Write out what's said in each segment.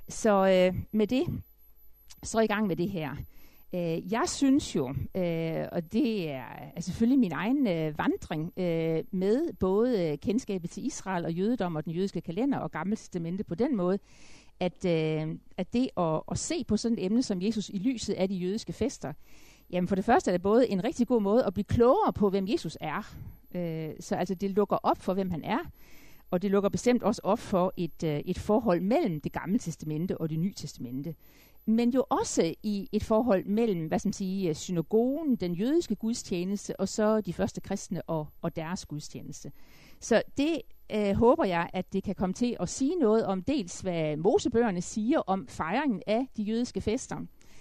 Så med det, så er jeg i gang med det her. Jeg synes jo, og det er selvfølgelig min egen vandring med både kendskabet til Israel og jødedom og den jødiske kalender og Gamle Testamente på den måde, at det at se på sådan et emne som Jesus i lyset af de jødiske fester, jamen for det første er det både en rigtig god måde at blive klogere på, hvem Jesus er. Så altså det lukker op for, hvem han er, og det lukker bestemt også op for et forhold mellem det Gamle Testamente og det Nye Testamente. Men jo også i et forhold mellem, synagogen, den jødiske gudstjeneste, og så de første kristne og deres gudstjeneste. Så det håber jeg, at det kan komme til at sige noget om dels, hvad Mosebøgerne siger om fejringen af de jødiske fester.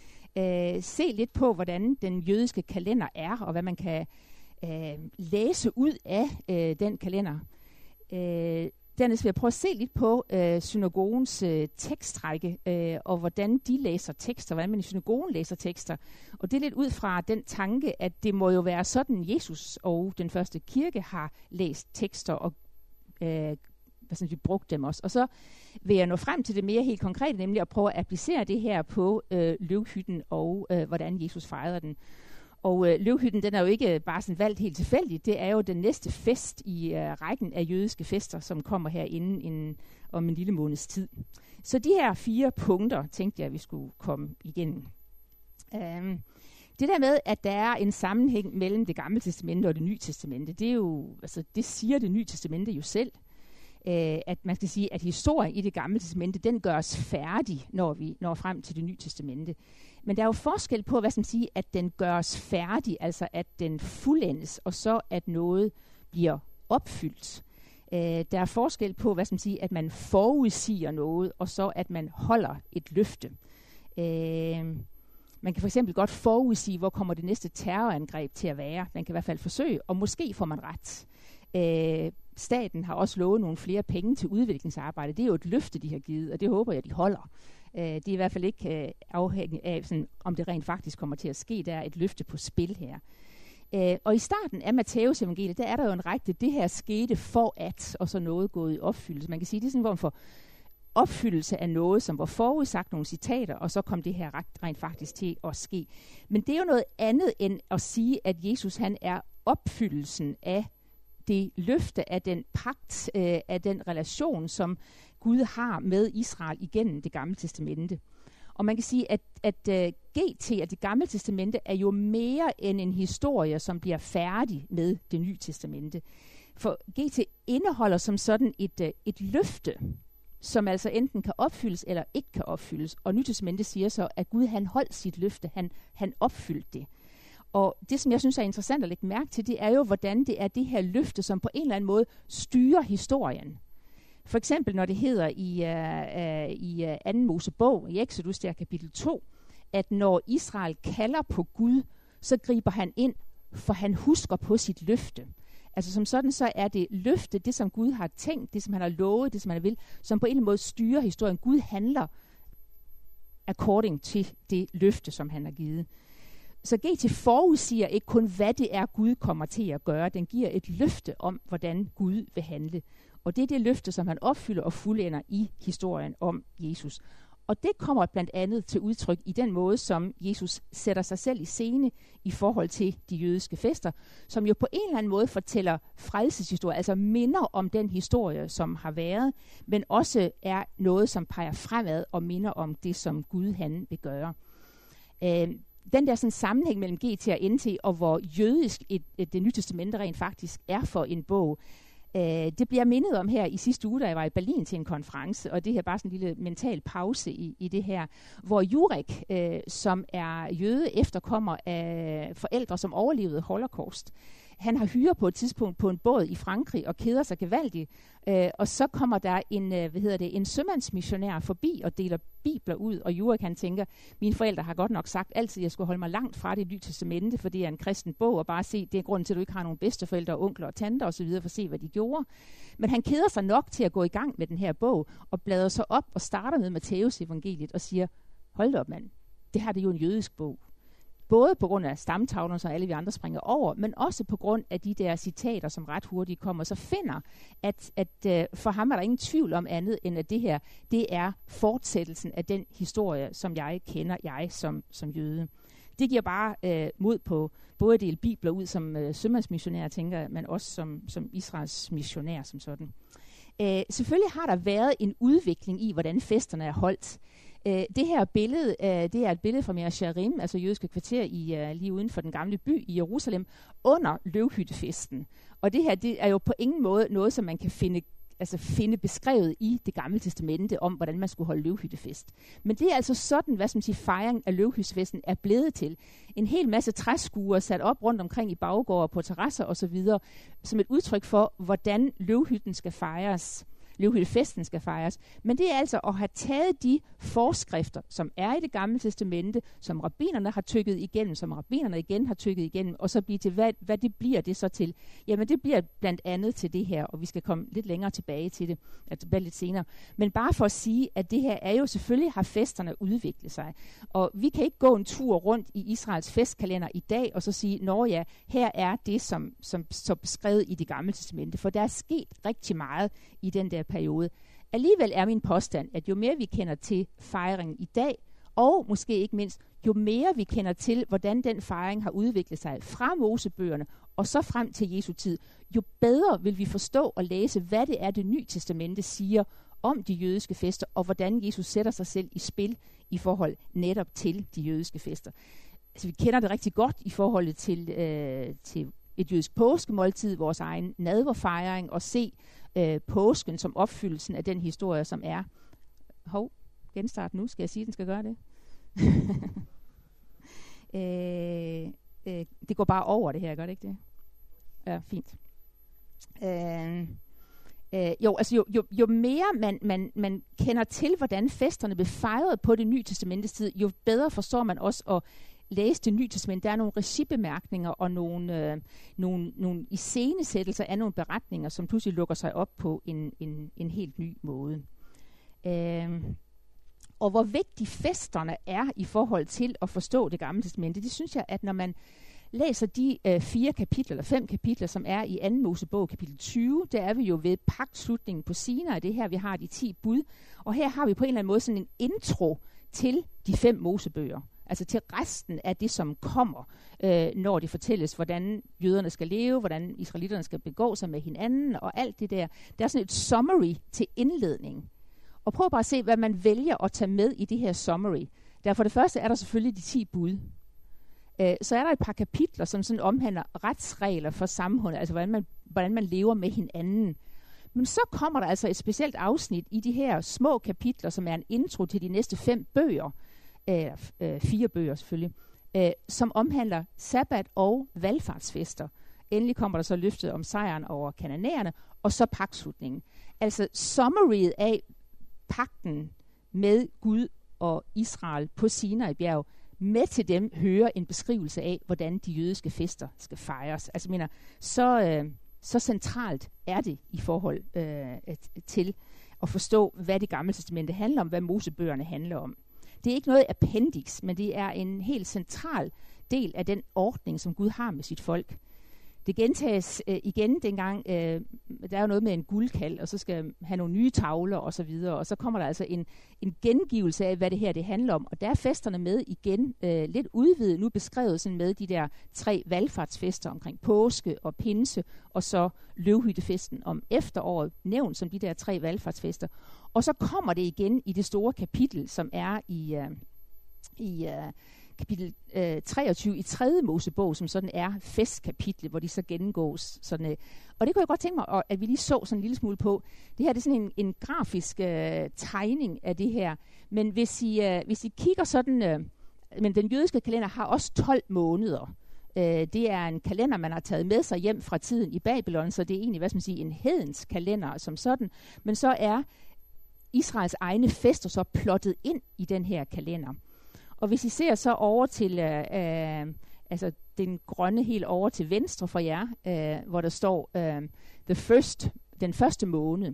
Se lidt på, hvordan den jødiske kalender er, og hvad man kan læse ud af den kalender. Dernæst vil jeg prøve at se lidt på synagogens tekstrække, og hvordan de læser tekster, hvordan man i synagogen læser tekster. Og det er lidt ud fra den tanke, at det må jo være sådan, Jesus og den første kirke har læst tekster og vi brugt dem også. Og så vil jeg nå frem til det mere helt konkrete, nemlig at prøve at applicere det her på løvhytten og hvordan Jesus fejrede den. Og løvhytten, den er jo ikke bare sådan valgt helt tilfældigt. Det er jo den næste fest i rækken af jødiske fester, som kommer her inden om en lille måneds tid. Så de her 4 punkter, tænkte jeg, at vi skulle komme igennem. Det der med, at der er en sammenhæng mellem det Gamle Testamente og det Nye Testamente, det er jo, det siger det Nye Testamente jo selv. At man skal sige, at historien i det Gamle Testamente, den gøres færdig, når vi når frem til det Nye Testamente. Men der er jo forskel på, at den gøres færdig, altså at den fuldendes, og så at noget bliver opfyldt. Der er forskel på, at man forudsiger noget, og så at man holder et løfte. Man kan for eksempel godt forudsige, hvor kommer det næste terrorangreb til at være. Man kan i hvert fald forsøge, og måske får man ret. Staten har også lovet nogle flere penge til udviklingsarbejde. Det er jo et løfte, de har givet, og det håber jeg, de holder. Det er i hvert fald ikke afhængigt af, om det rent faktisk kommer til at ske. Der er et løfte på spil her. Og i starten af Matthæus evangeliet, der er der jo en række, det her skete for at, og så noget gået i opfyldelse. Man kan sige, det er sådan en form for opfyldelse af noget, som var forudsagt nogle citater, og så kom det her rent faktisk til at ske. Men det er jo noget andet end at sige, at Jesus han er opfyldelsen af det løfte, af den pagt, af den relation, som Gud har med Israel igennem det Gamle Testamente. Og man kan sige, at GT af det Gamle Testamente er jo mere end en historie, som bliver færdig med det Nye Testamente. For GT indeholder som sådan et løfte, som altså enten kan opfyldes eller ikke kan opfyldes. Og Nye Testamente siger så, at Gud han holdt sit løfte, han opfyldte det. Og det, som jeg synes er interessant at lægge mærke til, det er jo, hvordan det er det her løfte, som på en eller anden måde styrer historien. For eksempel, når det hedder i 2. Mosebog, i Exodus, der kapitel 2, at når Israel kalder på Gud, så griber han ind, for han husker på sit løfte. Altså som sådan, så er det løfte, det som Gud har tænkt, det som han har lovet, det som han vil, som på en eller anden måde styrer historien. Gud handler according til det løfte, som han har givet. Så GT forudsiger ikke kun, hvad det er, Gud kommer til at gøre. Den giver et løfte om, hvordan Gud vil handle. Og det er det løfte, som han opfylder og fuldender i historien om Jesus. Og det kommer blandt andet til udtryk i den måde, som Jesus sætter sig selv i scene i forhold til de jødiske fester, som jo på en eller anden måde fortæller frelseshistorie, altså minder om den historie, som har været, men også er noget, som peger fremad og minder om det, som Gud han vil gøre. Den der sådan sammenhæng mellem GT og NT, og hvor jødisk det Nye Testamente rent faktisk er for en bog, det bliver mindet om her i sidste uge, da jeg var i Berlin til en konference, og det her bare sådan en lille mental pause i det her, hvor Jurek, som er jøde, efterkommer af forældre, som overlevede Holocaust. Han har hyret på et tidspunkt på en båd i Frankrig og keder sig gevaldigt, og så kommer der en sømandsmissionær forbi og deler bibler ud, og Jurek han tænker, mine forældre har godt nok sagt altid, at jeg skulle holde mig langt fra det Nye Testamente, for det er en kristen bog, og bare se, det er grunden til, at du ikke har nogen bedsteforældre, onkler og tanter osv., for at se, hvad de gjorde. Men han keder sig nok til at gå i gang med den her bog, og bladrer sig op og starter med Matthæus evangeliet og siger, hold da op mand, det her det er jo en jødisk bog. Både på grund af stamtavlerne, som alle vi andre springer over, men også på grund af de der citater, som ret hurtigt kommer, så finder, at for ham er der ingen tvivl om andet, end at det her, det er fortsættelsen af den historie, som jeg kender, jeg som jøde. Det giver bare mod på både at dele bibler ud som sømandsmissionær, tænker jeg, men også som Israels missionær som sådan. Selvfølgelig har der været en udvikling i, hvordan festerne er holdt. Det her billede, det er et billede fra Mea Shearim, altså jødiske kvarter lige uden for den gamle by i Jerusalem, under løvhyttefesten. Og det her, det er jo på ingen måde noget, som man kan finde beskrevet i Det Gamle Testamente om, hvordan man skulle holde løvhyttefest. Men det er altså sådan, fejringen af løvhyttefesten er blevet til. En hel masse træskuer sat op rundt omkring i baggårde, på terrasser osv., som et udtryk for, hvordan løvhytten skal fejres. Løvhyttefesten skal fejres. Men det er altså at have taget de forskrifter, som er i Det Gamle Testamente, som rabbinerne har tykket igennem, som rabbinerne igen har tykket igennem, og så blive til, hvad det bliver det så til. Jamen det bliver blandt andet til det her, og vi skal komme lidt længere tilbage til det, altså lidt senere. Men bare for at sige, at det her er jo selvfølgelig, har festerne udviklet sig. Og vi kan ikke gå en tur rundt i Israels festkalender i dag, og så sige, nå ja, her er det, som beskrevet i Det Gamle Testamente, for der er sket rigtig meget i den der periode. Alligevel er min påstand, at jo mere vi kender til fejringen i dag, og måske ikke mindst, jo mere vi kender til, hvordan den fejring har udviklet sig fra Mosebøgerne og så frem til Jesu tid, jo bedre vil vi forstå og læse, hvad det er, Det Nye Testamente siger om de jødiske fester, og hvordan Jesus sætter sig selv i spil i forhold netop til de jødiske fester. Altså, vi kender det rigtig godt i forhold til et jødisk påskemåltid, vores egen nadverfejring, og se påsken som opfyldelsen af den historie, som er. Genstart nu. Skal jeg sige, at den skal gøre det? Det går bare over det her, gør det ikke det? Ja, fint. Jo mere man kender til, hvordan festerne blev fejret på Det Nye Testamentes tid, jo bedre forstår man også at læse Det Nye Testament. Der er nogle regibemærkninger og nogle iscenesættelser af nogle beretninger, som pludselig lukker sig op på en helt ny måde. Og hvor vigtige festerne er i forhold til at forstå Det Gamle Testamente, det synes jeg, at når man læser de 5 kapitler, som er i 2. Mosebog, kapitel 20, der er vi jo ved pagtslutningen på Sinai. Det her, vi har de 10 bud. Og her har vi på en eller anden måde sådan en intro til de 5 Mosebøger. Altså til resten af det, som kommer, når det fortælles, hvordan jøderne skal leve, hvordan israelitterne skal begå sig med hinanden, og alt det der. Der er sådan et summary til indledning. Og prøv bare at se, hvad man vælger at tage med i det her summary. For det første er der selvfølgelig de 10 bud. Så er der et par kapitler, som sådan omhandler retsregler for samfundet, altså hvordan man lever med hinanden. Men så kommer der altså et specielt afsnit i de her små kapitler, som er en intro til de næste 5 bøger, 4 bøger selvfølgelig, som omhandler sabbat og valfartsfester. Endelig kommer der så løftet om sejren over kananæerne, og så pagtslutningen. Altså summaryet af pagten med Gud og Israel på Sinai-bjerg. Med til dem hører en beskrivelse af, hvordan de jødiske fester skal fejres. Altså så centralt er det i forhold til at forstå, hvad Det Gamle Testamente handler om, hvad Mosebøgerne handler om. Det er ikke noget appendix, men det er en helt central del af den ordning, som Gud har med sit folk. Det gentages igen dengang, der er jo noget med en guldkald, og så skal have nogle nye tavler og så videre, og så kommer der altså en gengivelse af, hvad det her det handler om. Og der er festerne med igen lidt udvidet, nu beskrevet sådan med de der 3 valfartsfester omkring påske og pinse, og så løvhyttefesten om efteråret, nævnt som de der 3 valfartsfester. Og så kommer det igen i det store kapitel, som er i kapitel 23 i 3. Mosebog, som sådan er festkapitlet, hvor de så gennemgås. Sådan, og det kunne jeg godt tænke mig, at vi lige så sådan en lille smule på. Det her det er sådan en grafisk tegning af det her. Men hvis I kigger sådan, men den jødiske kalender har også 12 måneder. Det er en kalender, man har taget med sig hjem fra tiden i Babylon, så det er egentlig, en hedens kalender som sådan. Men så er Israels egne fester så plottet ind i den her kalender. Og hvis I ser så over til den grønne helt over til venstre for jer, hvor der står den første måned,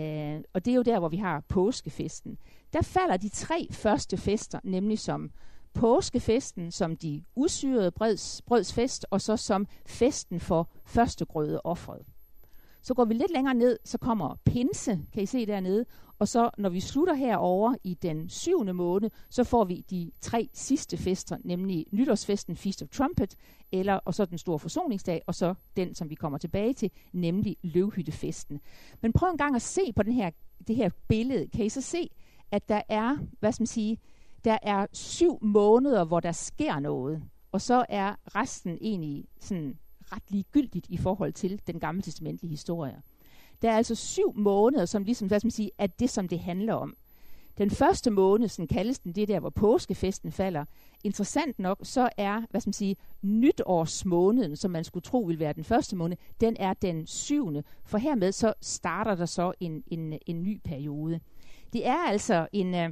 og det er jo der, hvor vi har påskefesten. Der falder de 3 første fester, nemlig som påskefesten som de usyrede brøds fest, og så som festen for førstegrødeoffret. Så går vi lidt længere ned, så kommer pinse, kan I se dernede, og så når vi slutter herover i den 7. måned, så får vi de 3 sidste fester, nemlig nytårsfesten Feast of Trumpet, og så den store forsoningsdag, og så den, som vi kommer tilbage til, nemlig løvhyttefesten. Men prøv en gang at se på det her billede. Kan I så se, at der er, der er 7 måneder, hvor der sker noget, og så er resten egentlig sådan ret ligegyldigt i forhold til den gammeltestamentlige historie. Der er altså 7 måneder, som ligesom, er det, som det handler om. Den første måned, sådan kaldes den, det er der, hvor påskefesten falder. Interessant nok, så er, nytårsmåneden, som man skulle tro ville være den første måned, den er den 7. For hermed så starter der så en ny periode. Det er altså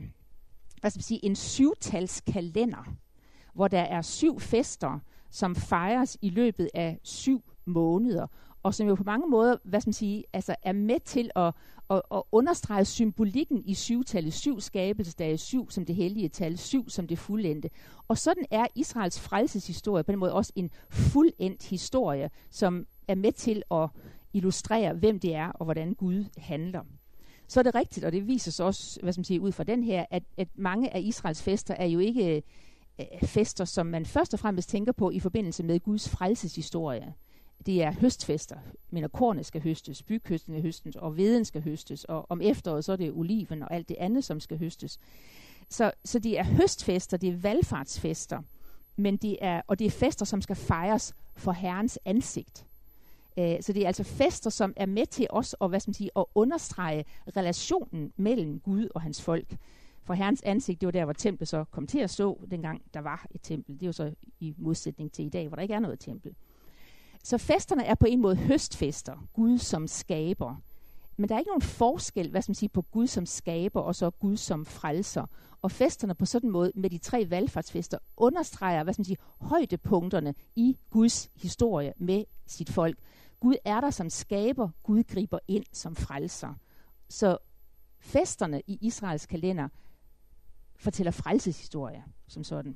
en 7-talskalender, hvor der er 7 fester, som fejres i løbet af 7 måneder, og som jo på mange måder, er med til at understrege symbolikken i 7-tallet. 7 skabelsesdage, 7 som det hellige tal, 7 som det fuldendte. Og sådan er Israels frelseshistorie på den måde også en fuldendt historie, som er med til at illustrere, hvem det er, og hvordan Gud handler. Så er det rigtigt, og det viser sig også, ud fra den her, at mange af Israels fester er jo ikke fester, som man først og fremmest tænker på i forbindelse med Guds frelseshistorie. Det er høstfester, men kornet skal høstes, byghøsten skal høstes, og hveden skal høstes, og om efteråret så er det oliven og alt det andet, som skal høstes. Så det er høstfester, det er valfartsfester, men det er fester, som skal fejres for Herrens ansigt. Så det er altså fester, som er med til os at understrege relationen mellem Gud og hans folk. For Herrens ansigt, det var der, hvor templet så kom til at stå, dengang der var et tempel. Det er jo så i modsætning til i dag, hvor der ikke er noget tempel. Så festerne er på en måde høstfester, Gud som skaber. Men der er ikke nogen forskel, på Gud som skaber og så Gud som frelser. Og festerne på sådan en måde med de 3 valfartsfester understreger, højdepunkterne i Guds historie med sit folk. Gud er der som skaber, Gud griber ind som frelser. Så festerne i Israels kalender fortæller frelseshistorie som sådan.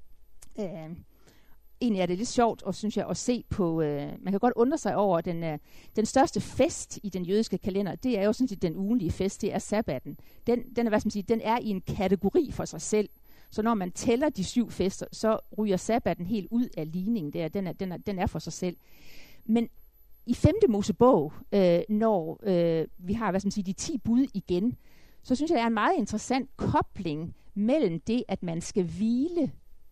Egentlig er det lidt sjovt, og synes jeg, at se på, man kan godt undre sig over, den største fest i den jødiske kalender, det er jo sådan set den ugentlige fest, det er sabbaten. Den er i en kategori for sig selv. Så når man tæller de 7 fester, så ryger sabbaten helt ud af ligningen der. Den er for sig selv. Men i 5. Mosebog, når vi har de 10 bud igen, så synes jeg, der er en meget interessant kobling mellem det, at man skal hvile,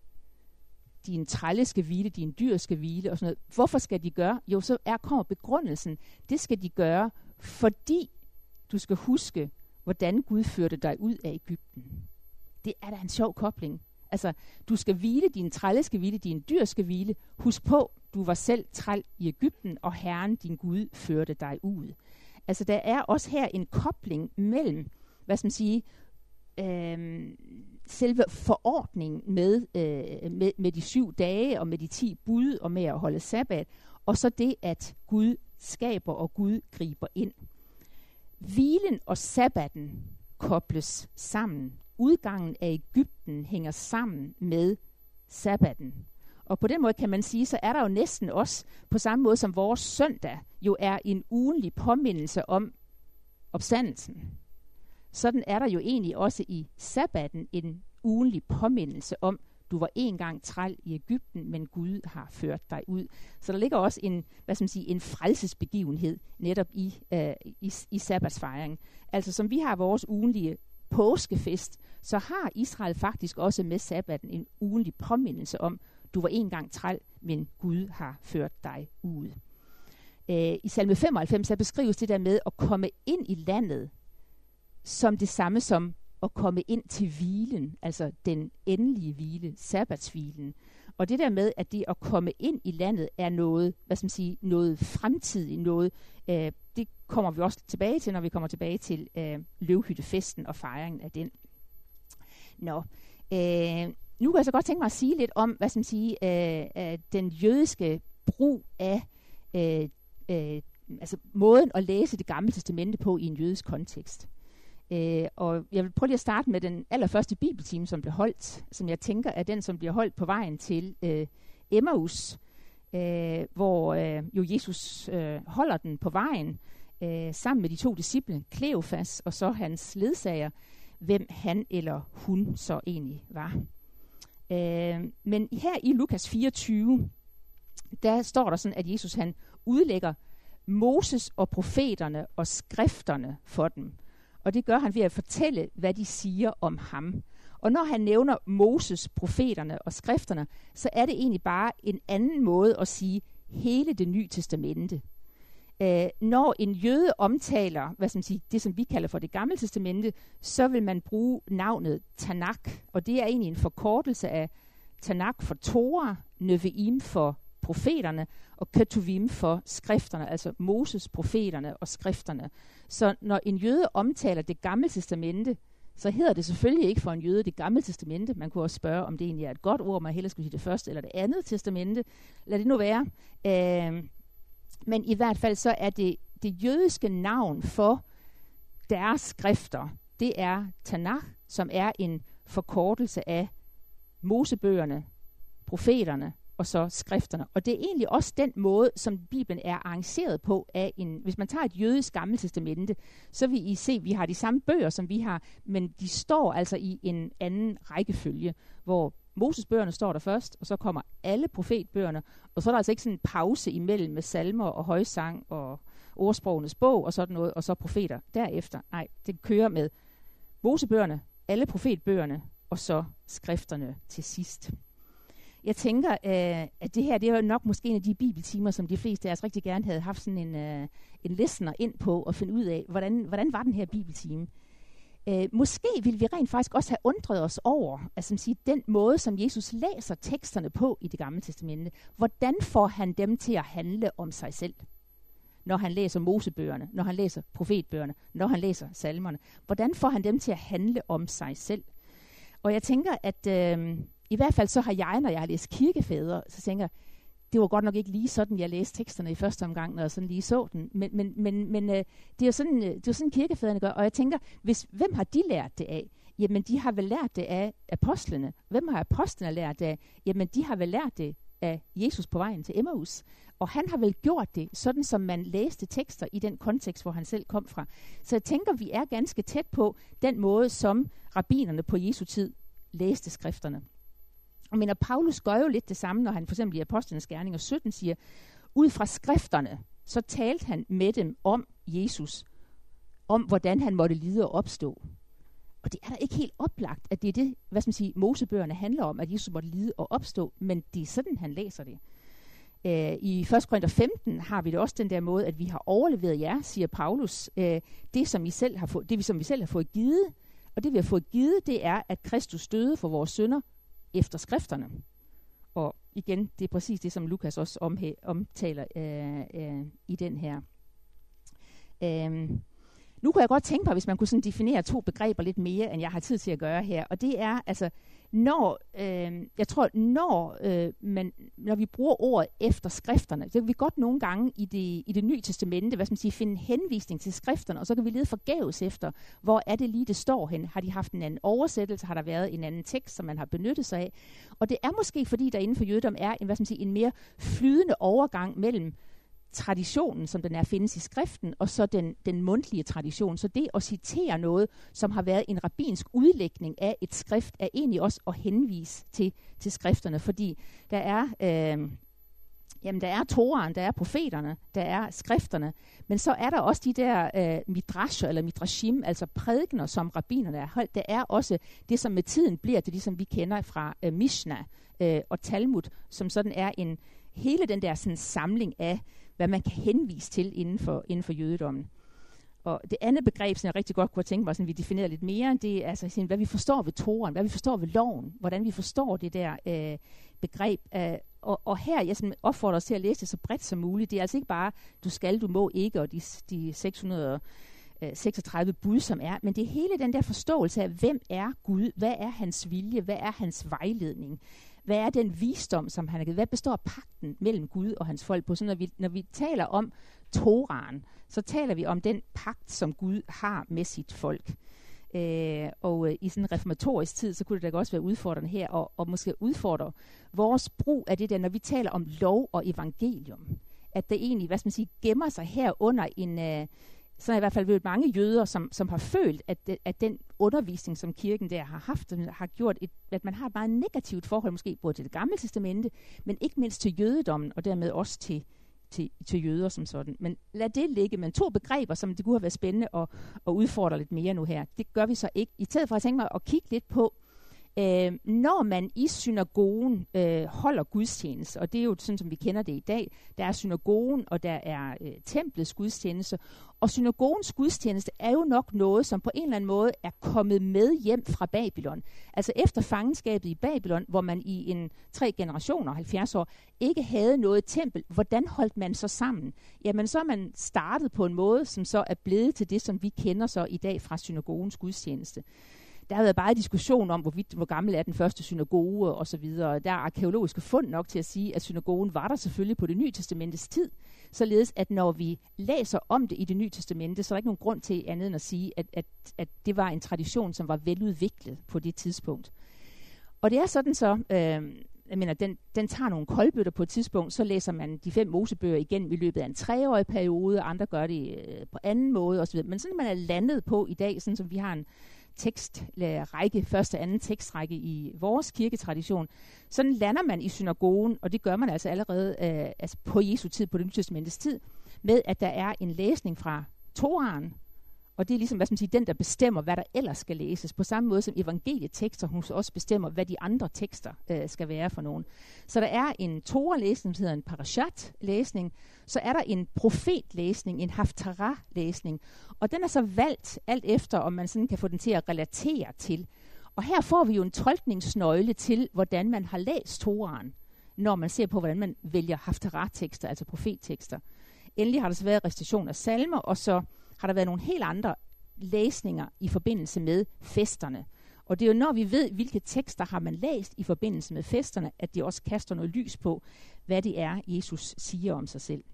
din trælle skal hvile, din dyr skal hvile og sådan noget. Hvorfor skal de gøre? Jo, så kommer begrundelsen. Det skal de gøre, fordi du skal huske, hvordan Gud førte dig ud af Egypten. Det er da en sjov kobling. Altså, du skal hvile, din trælle skal hvile, din dyr skal hvile. Husk på, du var selv træl i Egypten, og Herren, din Gud, førte dig ud. Altså, der er også her en kobling mellem, selve forordningen med de 7 dage, og med de 10 bud, og med at holde sabbat, og så det, at Gud skaber, og Gud griber ind. Hvilen og sabbaten kobles sammen. Udgangen af Egypten hænger sammen med sabbaten. Og på den måde kan man sige, så er der jo næsten også, på samme måde som vores søndag, jo er en ugentlig påmindelse om opstandelsen. Sådan er der jo egentlig også i sabbaten en ugentlig påmindelse om, du var engang træl i Egypten, men Gud har ført dig ud. Så der ligger også en frelsesbegivenhed netop i sabbatsfejringen. Altså som vi har vores ugentlige påskefest, så har Israel faktisk også med sabbaten en ugentlig påmindelse om, du var engang træl, men Gud har ført dig ud. I salme 95 så beskrives det der med at komme ind i landet som det samme som at komme ind til hvilen, altså den endelige hvile, sabbatshvilen. Og det der med, at det at komme ind i landet er noget, noget fremtidigt, noget, det kommer vi også tilbage til, når vi kommer tilbage til løvhyttefesten og fejringen af den. Nu kan jeg så godt tænke mig at sige lidt om, den jødiske brug af måden at læse det gamle testamente på i en jødisk kontekst. Og jeg vil prøve lige at starte med den allerførste bibeltime, som blev holdt, som jeg tænker er den, som bliver holdt på vejen til Emmaus, hvor jo Jesus holder den på vejen sammen med de 2 disciple, Kleofas og så hans ledsager, hvem han eller hun så egentlig var. Men her i Lukas 24, der står der sådan, at Jesus han udlægger Moses og profeterne og skrifterne for dem. Og det gør han ved at fortælle, hvad de siger om ham. Og når han nævner Moses, profeterne og skrifterne, så er det egentlig bare en anden måde at sige hele det nye testamente. Når en jøde omtaler det, som vi kalder for det gamle testamente, så vil man bruge navnet Tanakh. Og det er egentlig en forkortelse af Tanakh for Torah, Nevi'im for profeterne og Ketuvim for skrifterne, altså Moses, profeterne og skrifterne. Så når en jøde omtaler det gamle testamente, så hedder det selvfølgelig ikke for en jøde det gamle testamente. Man kunne også spørge, om det egentlig er et godt ord, om man hellere skulle sige det første eller det andet testamente. Lad det nu være. Men i hvert fald så er det jødiske navn for deres skrifter, det er Tanakh, som er en forkortelse af Mosebøgerne, profeterne og så skrifterne. Og det er egentlig også den måde, som Bibelen er arrangeret på af hvis man tager et jødisk gamle testamente, så vil I se, at vi har de samme bøger, som vi har, men de står altså i en anden rækkefølge, hvor Mosesbøgerne står der først, og så kommer alle profetbøgerne, og så er der altså ikke sådan en pause imellem med salmer og højsang og ordsprogenes bog og sådan noget, og så profeter derefter. Nej, det kører med Mosebøgerne, alle profetbøgerne, og så skrifterne til sidst. Jeg tænker, at det her, det er jo nok måske en af de bibeltimer, som de fleste af os rigtig gerne havde haft sådan en listener ind på og finde ud af, hvordan var den her bibeltime. Måske ville vi rent faktisk også have undret os over den måde, som Jesus læser teksterne på i det gamle testamente. Hvordan får han dem til at handle om sig selv? Når han læser Mosebøgerne, når han læser profetbøgerne, når han læser salmerne. Hvordan får han dem til at handle om sig selv? Og jeg tænker, at i hvert fald så har jeg, når jeg har læst kirkefædre, så tænker jeg, det var godt nok ikke lige sådan, jeg læste teksterne i første omgang, når jeg sådan lige så den. Men det er jo sådan kirkefædrene gør. Og jeg tænker, hvem har de lært det af? Jamen, de har vel lært det af apostlene. Hvem har apostlene lært det af? Jamen, de har vel lært det af Jesus på vejen til Emmaus. Og han har vel gjort det, sådan som man læste tekster i den kontekst, hvor han selv kom fra. Så jeg tænker, vi er ganske tæt på den måde, som rabbinerne på Jesu tid læste skrifterne. Og mener, Paulus gør jo lidt det samme, når han for eksempel i Apostlenes Gerninger 17 siger, ud fra skrifterne, så talte han med dem om Jesus, om hvordan han måtte lide og opstå. Og det er da ikke helt oplagt, at det er det, Mosebøgerne handler om, at Jesus måtte lide og opstå, men det er sådan, han læser det. I 1. Korinther 15 har vi det også den der måde, at vi har overleveret jer, siger Paulus, det som vi selv har fået givet. Og det vi har fået givet, det er, at Kristus døde for vores synder efter skrifterne. Og igen, det er præcis det, som Lukas også omtaler i den her. Nu kunne jeg godt tænke mig, hvis man kunne sådan definere 2 begreber lidt mere, end jeg har tid til at gøre her. Og det er, altså, når vi bruger ordet efter skrifterne, så kan vi godt nogle gange i det nye testamente, finde en henvisning til skrifterne, og så kan vi lede forgæves efter, hvor er det lige, det står hen. Har de haft en anden oversættelse? Har der været en anden tekst, som man har benyttet sig af? Og det er måske, fordi der inden for jødedom er en mere flydende overgang mellem traditionen, som den findes i skriften, og så den mundtlige tradition. Så det at citere noget, som har været en rabbinsk udlægning af et skrift, er egentlig også at henvise til skrifterne, fordi der er Toraen, der er profeterne, der er skrifterne, men så er der også de der midrasher eller midrashim, altså prædikener, som rabbinerne har holdt. Der er også det, som med tiden bliver til det, som vi kender fra Mishnah og Talmud, som sådan er hele den der sådan samling af, hvad man kan henvise til inden for jødedommen. Og det andet begreb, som jeg rigtig godt kunne tænke mig, sådan vi definerer lidt mere, det er altså, hvad vi forstår ved Toraen, hvad vi forstår ved loven, hvordan vi forstår det der begreb. Og her, jeg opfordrer os til at læse det så bredt som muligt. Det er altså ikke bare, du må ikke, og de 636 bud, som er, men det er hele den der forståelse af, hvem er Gud, hvad er hans vilje, hvad er hans vejledning, hvad er den visdom, som han har givet, hvad består pagten mellem Gud og hans folk på. Så når vi taler om Toraen, så taler vi om den pagt, som Gud har med sit folk. I sådan en reformatorisk tid, så kunne det da også være udfordrende her, og måske udfordre vores brug af det der, når vi taler om lov og evangelium. At det egentlig, gemmer sig her under en... så er i hvert fald været mange jøder, som har følt, at den undervisning, som kirken der har haft, har gjort, at man har et meget negativt forhold, måske både til det gamle testamente, men ikke mindst til jødedommen, og dermed også til jøder som sådan. Men lad det ligge. Men 2 begreber, som det kunne have været spændende at udfordre lidt mere nu her, det gør vi så ikke. I stedet for at tænke mig at kigge lidt på, når man i synagogen holder gudstjeneste, og det er jo sådan, som vi kender det i dag, der er synagogen, og der er templets gudstjeneste, og synagogens gudstjeneste er jo nok noget, som på en eller anden måde er kommet med hjem fra Babylon. Altså efter fangenskabet i Babylon, hvor man i 3 generationer, 70 år, ikke havde noget tempel, hvordan holdt man så sammen? Jamen så er man startet på en måde, som så er blevet til det, som vi kender så i dag fra synagogens gudstjeneste. Der har været bare diskussion om, hvor gammel er den første synagoge og så videre. Der er arkæologiske fund nok til at sige, at synagogen var der selvfølgelig på det nye testamentes tid. Således at når vi læser om det i det nye testamente, så er der ikke nogen grund til andet end at sige, at det var en tradition, som var veludviklet på det tidspunkt. Og det er sådan så, den tager nogle koldbøtter på et tidspunkt, så læser man de 5 Mosebøger igennem i løbet af en 3-årig periode, andre gør det på anden måde osv. Men sådan man er landet på i dag, sådan som vi har en tekstrække, første og anden tekstrække i vores kirketradition, sådan lander man i synagogen, og det gør man altså allerede på Jesu tid, på det nye testamentets tid, med at der er en læsning fra Toraen, og det er ligesom, den, der bestemmer, hvad der ellers skal læses, på samme måde som evangelietekster, hun også bestemmer, hvad de andre tekster skal være for nogen. Så der er en Torah-læsning, som hedder en parashat-læsning, så er der en profetlæsning, en haftarah-læsning, og den er så valgt alt efter, om man sådan kan få den til at relatere til. Og her får vi jo en tolkningsnøgle til, hvordan man har læst Toraen, når man ser på, hvordan man vælger haftarah-tekster, altså profettekster. Endelig har der så været recitation af salmer, og så har der været nogle helt andre læsninger i forbindelse med festerne. Og det er jo, når vi ved, hvilke tekster har man læst i forbindelse med festerne, at de også kaster noget lys på, hvad det er, Jesus siger om sig selv.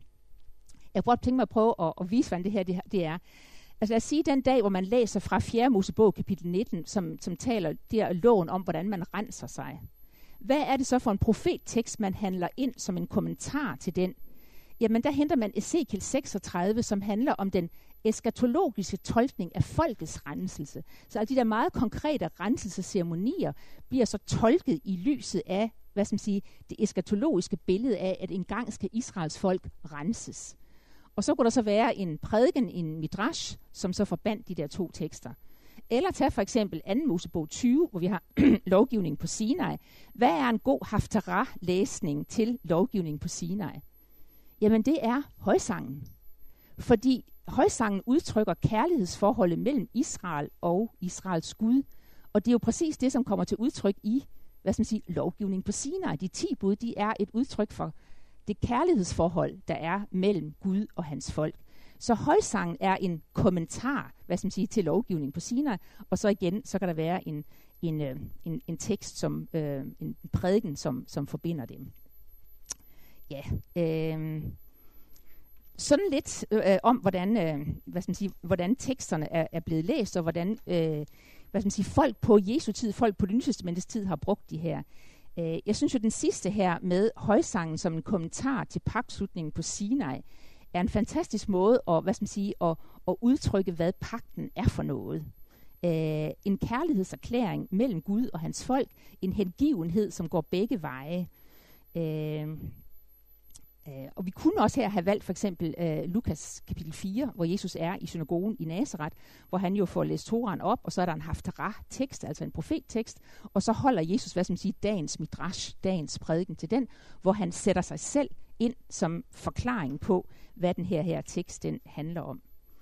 Jeg kunne godt tænke mig at prøve at vise, hvordan det her det er. Altså lad os sige, den dag, hvor man læser fra 4. Mosebog, kapitel 19, som taler der loven om, hvordan man renser sig. Hvad er det så for en profettekst, man handler ind som en kommentar til den? Jamen, der henter man Ezekiel 36, som handler om den eskatologiske tolkning af folkets renselse. Så alle de der meget konkrete renselsesceremonier bliver så tolket i lyset af, det eskatologiske billede af, at engang skal Israels folk renses. Og så kunne der så være en prædiken, en midrash, som så forbandt de der 2 tekster. Eller tag for eksempel 2. Mosebog 20, hvor vi har lovgivning på Sinai. Hvad er en god haftarah-læsning til lovgivning på Sinai? Jamen det er højsangen. Fordi højsangen udtrykker kærlighedsforholdet mellem Israel og Israels Gud. Og det er jo præcis det, som kommer til udtryk i, lovgivning på Sinai. De 10 bud, de er et udtryk for det kærlighedsforhold, der er mellem Gud og hans folk. Så højsangen er en kommentar, til lovgivning på Sinai. Og så igen, så kan der være en tekst, som en prædiken, som forbinder dem. Ja, sådan lidt om, hvordan teksterne er blevet læst, og hvordan folk på Jesu tid, folk på det nye testamentets tid har brugt de her. Jeg synes jo, den sidste her med højsangen som en kommentar til pagtslutningen på Sinai, er en fantastisk måde at udtrykke, hvad pagten er for noget. En kærlighedserklæring mellem Gud og hans folk, en hengivenhed, som går begge veje. Og vi kunne også her have valgt for eksempel Lukas kapitel 4, hvor Jesus er i synagogen i Nazaret, hvor han jo får læst Toraen op, og så er der en haftarah-tekst, altså en profettekst, og så holder Jesus, dagens midrash, dagens prædiken til den, hvor han sætter sig selv ind som forklaring på, hvad den her tekst den handler om.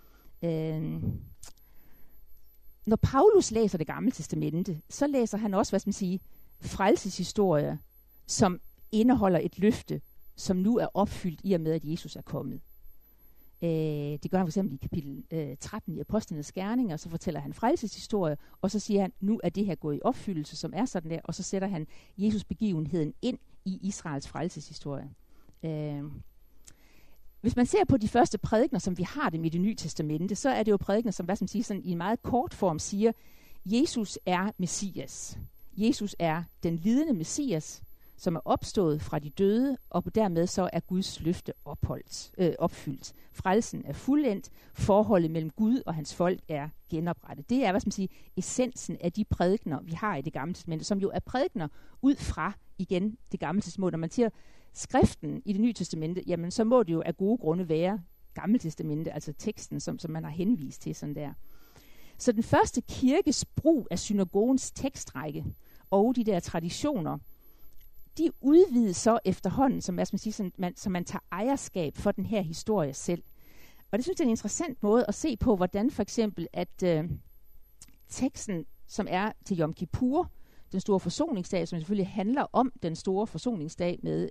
Når Paulus læser det gamle testamente, så læser han også, frelseshistorie, som indeholder et løfte, som nu er opfyldt i og med, at Jesus er kommet. Det gør han for eksempel i kapitel 13 i Apostlenes Gerninger, og så fortæller han frelseshistorie, og så siger han, nu er det her gået i opfyldelse, som er sådan der, og så sætter han Jesus begivenheden ind i Israels frelseshistorie. Hvis man ser på de første prædikener, som vi har dem i Det Nye Testamente, så er det jo prædikener, som hvad som siger, sådan i en meget kort form siger, Jesus er Messias. Jesus er den lidende Messias, som er opstået fra de døde, og dermed så er Guds løfte opfyldt. Frelsen er fuldendt, forholdet mellem Gud og hans folk er genoprettet. Det er, hvad skal man sige, essensen af de prædikener, vi har i Det Gamle Testamente, som jo er prædikener ud fra, igen, Det Gamle Testamente. Når man siger skriften i Det Nye Testamente, jamen så må det jo af gode grunde være Gamle Testamente, altså teksten, som man har henvist til sådan der. Så den første kirkes brug af synagogens tekstrække og de der traditioner, de udvides så efterhånden, som man tager ejerskab for den her historie selv. Og det synes jeg er en interessant måde at se på, hvordan for eksempel, at teksten, som er til Yom Kippur, den store forsoningsdag, som selvfølgelig handler om den store forsoningsdag med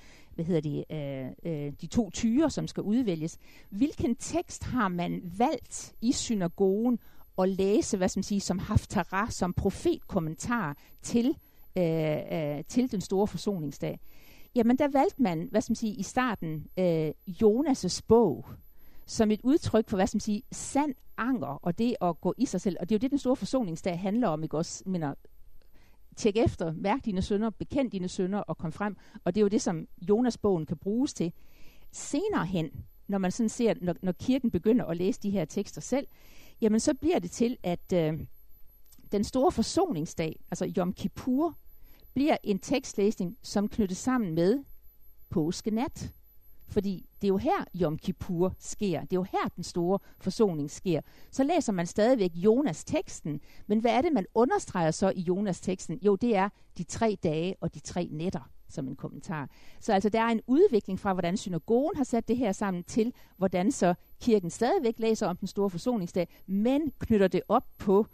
de 2 tyre, som skal udvælges. Hvilken tekst har man valgt i synagogen at læse, hvad skal man sige, som haftarah, som profetkommentar til den store forsoningsdag? Jamen der valgte man, hvad skal man sige, i starten Jonas' bog, som et udtryk for, hvad skal man sige, sand anger, og det at gå i sig selv. Og det er jo det, den store forsoningsdag handler om, ikke også? Tjek efter, mærk dine synder, bekend dine synder og kom frem. Og det er jo det, som Jonas-bogen kan bruges til. Senere hen, når man sådan ser, når kirken begynder at læse de her tekster selv, jamen så bliver det til, at den store forsoningsdag, altså Yom Kippur, bliver en tekstlæsning, som knyttes sammen med påskenat. Fordi det er jo her Yom Kippur sker. Det er jo her den store forsoning sker. Så læser man stadigvæk Jonas teksten. Men hvad er det, man understreger så i Jonas teksten? Jo, det er de 3 dage og de 3 nætter som en kommentar. Så altså der er en udvikling fra, hvordan synagogen har sat det her sammen, til hvordan så kirken stadigvæk læser om den store forsoningsdag, men knytter det op på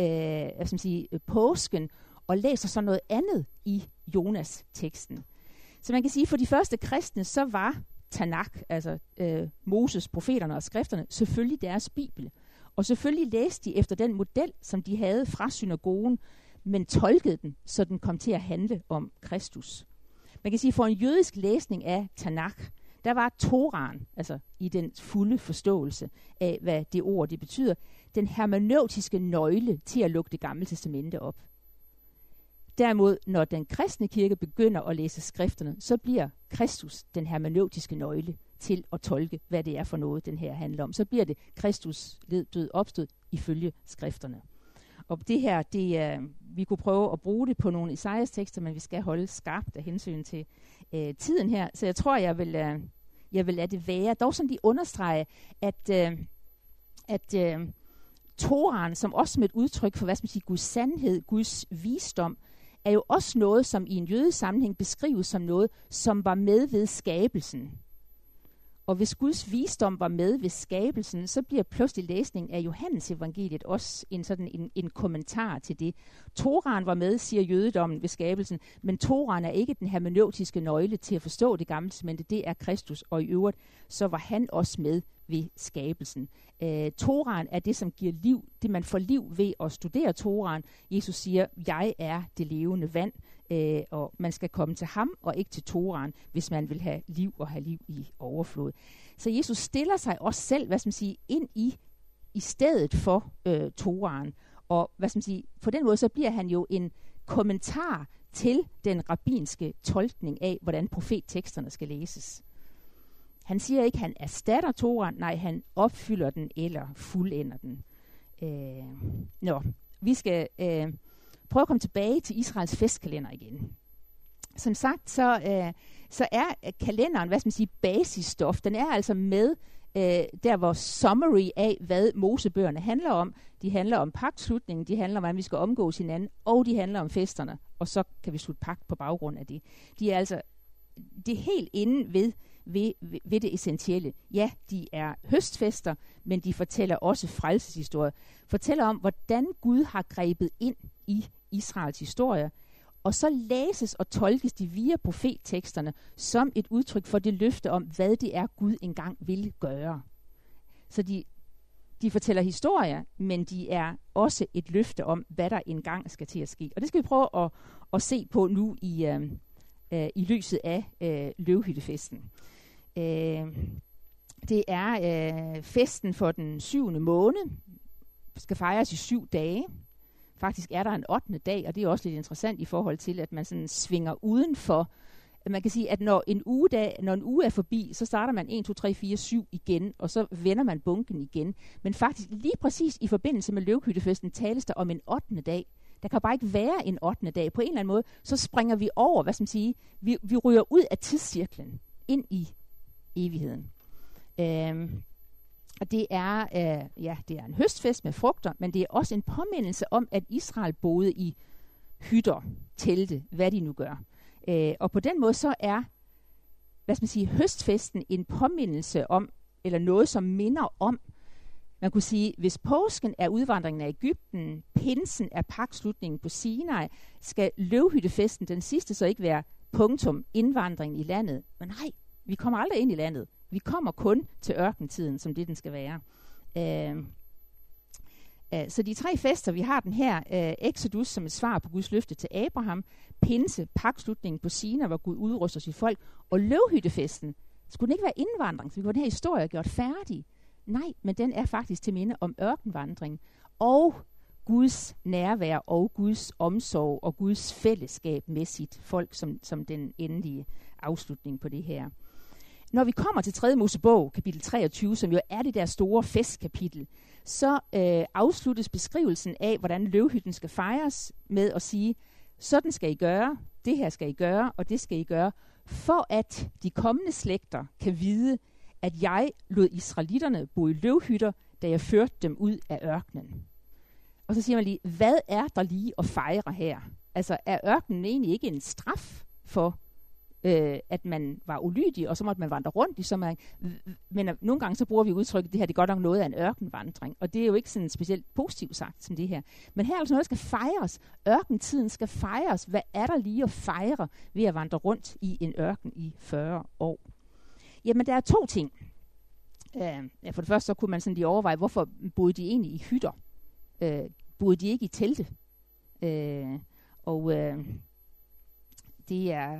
påsken og læser så noget andet i Jonas teksten. Så man kan sige, for de første kristne, så var Tanakh, altså Moses, profeterne og skrifterne, selvfølgelig deres bibel. Og selvfølgelig læste de efter den model, som de havde fra synagogen, men tolkede den, så den kom til at handle om Kristus. Man kan sige, for en jødisk læsning af Tanakh, der var Torahen, altså i den fulde forståelse af, hvad det ord det betyder, den hermeneutiske nøgle til at lukke Det Gamle Testamente op. Derimod, når den kristne kirke begynder at læse skrifterne, så bliver Kristus den hermeneutiske nøgle til at tolke, hvad det er for noget, den her handler om. Så bliver det Kristus led, død, opstod ifølge skrifterne. Og det her, vi kunne prøve at bruge det på nogle Esajas tekster, men vi skal holde skarpt af hensyn til tiden her. Så jeg tror, jeg vil lade det være. Dog sådan de understrege, at Torahen, som også med et udtryk for, hvad skal man sige, Guds sandhed, Guds visdom, er jo også noget, som i en jødisk sammenhæng beskrives som noget, som var med ved skabelsen. Og hvis Guds visdom var med ved skabelsen, så bliver pludselig læsningen af Johannes evangeliet også en kommentar til det. Torahen var med, siger jødedommen, ved skabelsen, men Torahen er ikke den hermeneutiske nøgle til at forstå Det Gamle Testamente. Det er Kristus, og i øvrigt så var han også med ved skabelsen. Torahen er det, som giver liv, det man får liv ved at studere Torahen. Jesus siger, jeg er det levende vand, og man skal komme til ham og ikke til Torahen, hvis man vil have liv og have liv i overflod. Så Jesus stiller sig også selv, hvad skal man sige, ind i stedet for Torahen. Og hvad skal man sige, på den måde så bliver han jo en kommentar til den rabbinske tolkning af, hvordan profetteksterne skal læses. Han siger ikke, at han erstatter Torahen, nej, han opfylder den eller fuldender den. Vi skal prøve at komme tilbage til Israels festkalender igen. Som sagt, så er kalenderen, hvad skal man sige, basisstof. Den er altså med der, hvor summary af, hvad Mosebøgerne handler om. De handler om pagtslutningen, de handler om, hvordan vi skal omgås hinanden, og de handler om festerne. Og så kan vi slutte pagt på baggrund af det. Det er helt inde ved det essentielle. Ja, de er høstfester, men de fortæller også frelseshistorier. Fortæller om, hvordan Gud har grebet ind i Israels historie. Og så læses og tolkes de via profetteksterne som et udtryk for det løfte om, hvad det er, Gud engang vil gøre. Så de fortæller historier, men de er også et løfte om, hvad der engang skal til at ske. Og det skal vi prøve at se på nu i lyset af løvhyttefesten. Det er festen for den 7. måned. Skal fejres i 7 dage. Faktisk er der en 8. dag, og det er også lidt interessant i forhold til, at man sådan svinger udenfor. Man kan sige, at når en uge er forbi, så starter man 1, 2, 3, 4, 7 igen, og så vender man bunken igen. Men faktisk lige præcis i forbindelse med løvhyttefesten tales der om en 8. dag. Der kan bare ikke være en 8. dag. På en eller anden måde, så springer vi over, vi ryger ud af tidscirklen ind i evigheden. Og det er en høstfest med frugter, men det er også en påmindelse om, at Israel boede i hytter, telte, hvad de nu gør. Og på den måde så er, høstfesten en påmindelse om, eller noget, som minder om, man kunne sige, hvis påsken er udvandringen af Egypten, pinsen er pagtslutningen på Sinai, skal løvhyttefesten, den sidste, så ikke være punktum indvandringen i landet. Men nej, vi kommer aldrig ind i landet. Vi kommer kun til ørkentiden, som det den skal være. Så de 3 fester, vi har den her, Exodus som et svar på Guds løfte til Abraham, pinse, pagtslutningen på Sinai, hvor Gud udruster sit folk, og løvhyttefesten. Skulle den ikke være indvandring, så vi kunne den her historie gjort færdig? Nej, men den er faktisk til minde om ørkenvandring, og Guds nærvær, og Guds omsorg, og Guds fællesskab med sit folk, som den endelige afslutning på det her. Når vi kommer til 3. Mosebog, kapitel 23, som jo er det der store festkapitel, så afsluttes beskrivelsen af, hvordan løvhytten skal fejres med at sige, sådan skal I gøre, det her skal I gøre, og det skal I gøre, for at de kommende slægter kan vide, at jeg lod israelitterne bo i løvhytter, da jeg førte dem ud af ørkenen. Og så siger man lige, hvad er der lige at fejre her? Altså er ørkenen egentlig ikke en straf for at man var ulydig, og så måtte man vandre rundt i sommer. Men nogle gange så bruger vi udtrykket, det her det er godt nok noget af en ørkenvandring, og det er jo ikke sådan specielt positivt sagt som det her. Men her er altså noget, der skal fejres. Ørkentiden skal fejres. Hvad er der lige at fejre ved at vandre rundt i en ørken i 40 år? Jamen, der er 2 ting. For det første så kunne man sådan lige overveje, hvorfor boede de egentlig i hytter? Boede de ikke i telte? Det er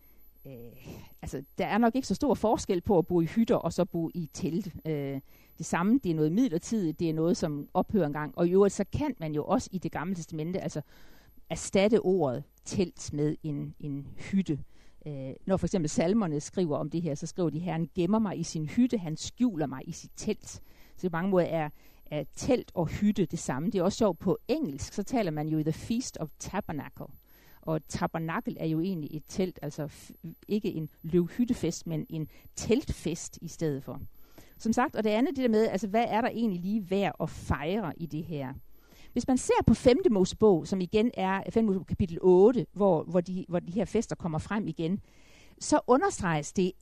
der er nok ikke så stor forskel på at bo i hytter og så bo i telte. Det samme, det er noget midlertidigt, det er noget, som ophører en gang. Og i øvrigt, så kan man jo også i Det Gamle Testamente erstatte ordet telt med en hytte. Når for eksempel salmerne skriver om det her, så skriver de, Herren gemmer mig i sin hytte, han skjuler mig i sit telt. Så på mange måder er telt og hytte det samme. Det er også sjovt, på engelsk, så taler man jo i The Feast of Tabernacle. Og tabernakel er jo egentlig et telt, altså ikke en løvhyttefest, men en teltfest i stedet for. Som sagt, og det andet det der med, altså hvad er der egentlig lige værd at fejre i det her? Hvis man ser på 5. Mosebog, som igen er 5. Mosebog kapitel 8, hvor de her fester kommer frem igen, så understreges det,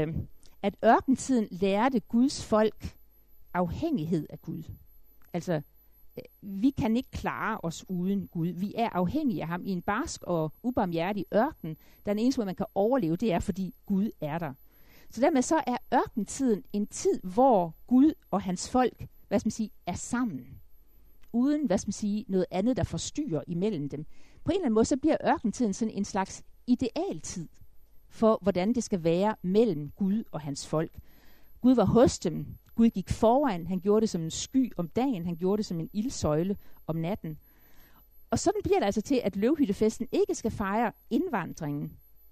at ørkentiden lærte Guds folk afhængighed af Gud. Altså, vi kan ikke klare os uden Gud. Vi er afhængige af ham i en barsk og ubarmhjertig ørken. Den eneste måde, man kan overleve, det er, fordi Gud er der. Så dermed så er ørkentiden en tid, hvor Gud og hans folk, er sammen. Uden, noget andet, der forstyrrer imellem dem. På en eller anden måde, så bliver ørkentiden sådan en slags idealtid for, hvordan det skal være mellem Gud og hans folk. Gud var hos dem. Gud gik foran, han gjorde det som en sky om dagen, han gjorde det som en ildsøjle om natten. Og sådan bliver det altså til, at løvhyttefesten ikke skal fejre indvandringen.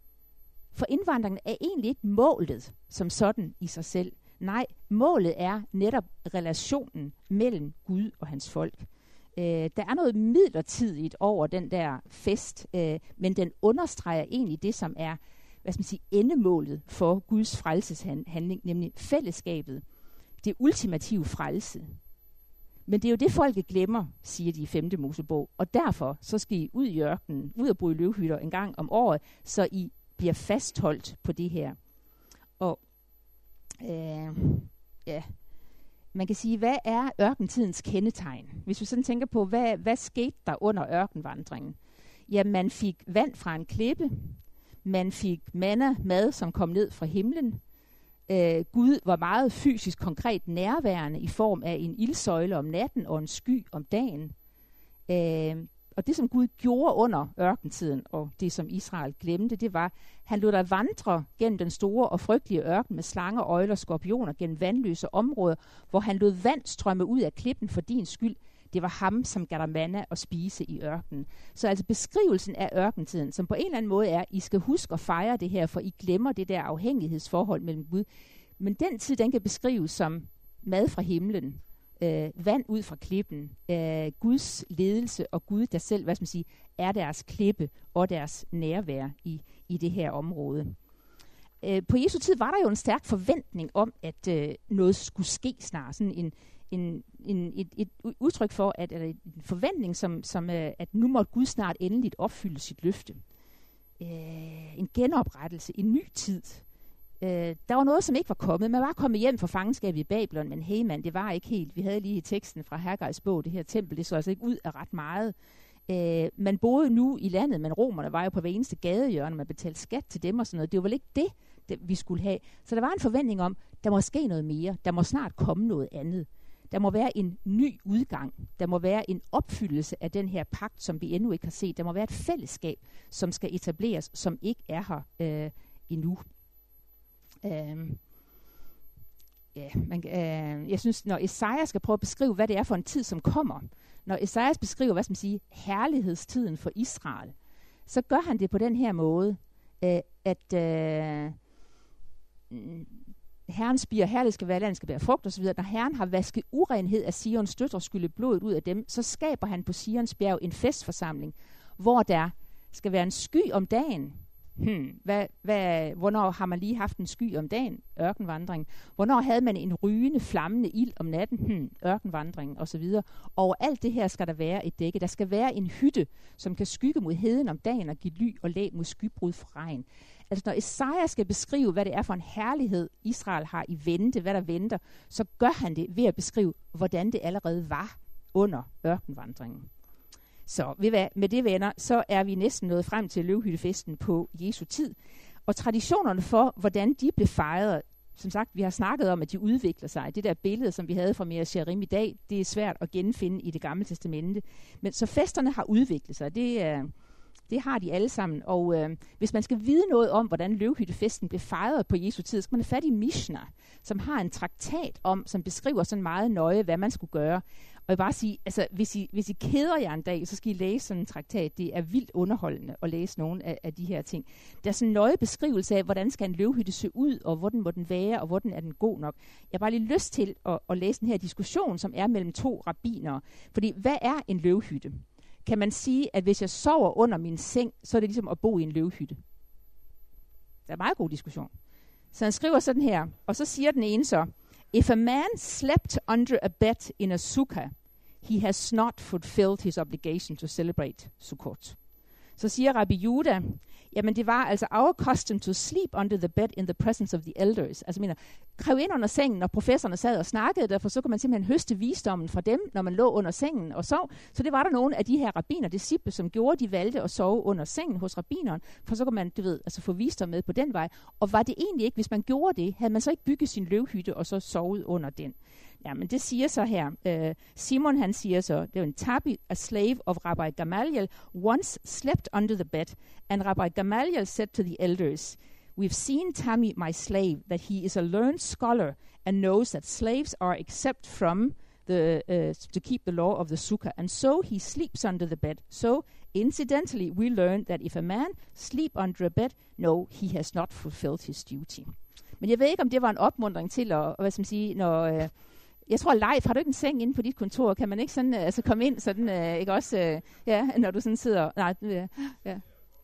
For indvandringen er egentlig ikke målet som sådan i sig selv. Nej, målet er netop relationen mellem Gud og hans folk. Der er noget midlertidigt over den der fest, men den understreger egentlig det, som er endemålet for Guds frelseshandling, nemlig fællesskabet. Det ultimative frelse. Men det er jo det, folket glemmer, siger de i 5. Mosebog. Og derfor så skal I ud i ørkenen, ud og bo i løvhytter en gang om året, så I bliver fastholdt på det her. Og man kan sige, hvad er ørkentidens kendetegn? Hvis vi sådan tænker på, hvad skete der under ørkenvandringen? Ja, man fik vand fra en klippe. Man fik mad, som kom ned fra himlen. Gud var meget fysisk konkret nærværende i form af en ildsøjle om natten og en sky om dagen. og det som Gud gjorde under ørkentiden, og det som Israel glemte, det var, han lod dig vandre gennem den store og frygtelige ørken med slanger, øgler og skorpioner gennem vandløse områder, hvor han lod vand strømme ud af klippen for din skyld. Det var ham, som gav dig manna at spise i ørkenen. Så altså beskrivelsen af ørkentiden, som på en eller anden måde er, I skal huske at fejre det her, for I glemmer det der afhængighedsforhold mellem Gud. Men den tid, den kan beskrives som mad fra himlen, vand ud fra klippen, Guds ledelse og Gud, der selv, er deres klippe og deres nærvær i det her område. På Jesu tid var der jo en stærk forventning om, at noget skulle ske snart. Sådan et udtryk for, eller en forventning, at nu måtte Gud snart endeligt opfylde sit løfte. En genoprettelse, en ny tid. Der var noget, som ikke var kommet. Man var kommet hjem fra fangenskabet i Babylon, men hey man, det var ikke helt. Vi havde lige i teksten fra Haggais bog, det her tempel, det så altså ikke ud af ret meget. Man boede nu i landet, men romerne var jo på hver eneste gadehjørne, man betalte skat til dem og sådan noget. Det var vel ikke det, vi skulle have. Så der var en forventning om, der må ske noget mere. Der må snart komme noget andet. Der må være en ny udgang. Der må være en opfyldelse af den her pagt, som vi endnu ikke har set. Der må være et fællesskab, som skal etableres, som ikke er her endnu. Jeg synes, når Esajas skal prøve at beskrive, hvad det er for en tid, som kommer, når Esajas beskriver, herlighedstiden for Israel, så gør han det på den her måde, at Herren spirer, herligt skal være, landet skal være frugt osv. Når Herren har vasket urenhed af Sions døtre, skyllet blodet ud af dem, så skaber han på Sions bjerg en festforsamling, hvor der skal være en sky om dagen. Hvornår har man lige haft en sky om dagen? Ørkenvandring. Hvornår havde man en rygende, flammende ild om natten? Ørkenvandring osv. Over alt det her skal der være et dække. Der skal være en hytte, som kan skygge mod heden om dagen og give ly og læ mod skybrud fra regn. Altså når Esaja skal beskrive, hvad det er for en herlighed, Israel har i vente, hvad der venter, så gør han det ved at beskrive, hvordan det allerede var under ørkenvandringen. Så med det, venner, så er vi næsten nået frem til løvhyttefesten på Jesu tid. Og traditionerne for, hvordan de blev fejret, som sagt, vi har snakket om, at de udvikler sig. Det der billede, som vi havde fra Mea Shearim i dag, det er svært at genfinde i Det Gamle Testamente. Men så festerne har udviklet sig. Det har de alle sammen. Og hvis man skal vide noget om, hvordan løvhyttefesten blev fejret på Jesu tid, så skal man have fat i Mishna, som har en traktat som beskriver sådan meget nøje, hvad man skulle gøre. Og jeg vil bare sige, altså, hvis I keder jer en dag, så skal I læse sådan en traktat. Det er vildt underholdende at læse nogle af de her ting. Der er sådan en nøje beskrivelse af, hvordan skal en løvhytte se ud, og hvordan må den være, og hvordan er den god nok. Jeg har bare lige lyst til at læse den her diskussion, som er mellem to rabbinere. Fordi, hvad er en løvhytte? Kan man sige, at hvis jeg sover under min seng, så er det ligesom at bo i en løvhytte? Det er en meget god diskussion. Så han skriver sådan her, og så siger den ene så, If a man slept under a bed in a sukkah, he has not fulfilled his obligation to celebrate Sukkot. Så siger Rabbi Juda, jamen det var altså our custom to sleep under the bed in the presence of the elders. Altså kræv ind under sengen, når professorerne sad og snakkede, derfor så kunne man simpelthen høste visdommen fra dem, når man lå under sengen og sov. Så det var der nogle af de her rabbiner, disciple, som gjorde, de valgte at sove under sengen hos rabbineren, for så kunne man, få visdom med på den vej. Og var det egentlig ikke, hvis man gjorde det, havde man så ikke bygget sin løvhytte og så sovet under den. Ja, men det siger så her. Simon han siger så, det er en Tabi, a slave of Rabbi Gamaliel, once slept under the bed, and Rabbi Gamaliel said to the elders, We've seen Tammy, my slave, that he is a learned scholar and knows that slaves are exempt from to keep the law of the sukkah, and so he sleeps under the bed. So, incidentally, we learn that if a man sleep under a bed, no, he has not fulfilled his duty. Men jeg ved ikke, om det var en opmuntring til at når... Jeg tror, Leif, har du ikke en seng inde på dit kontor? Kan man ikke sådan, komme ind sådan, ikke også, når du sådan sidder... Nej, ja.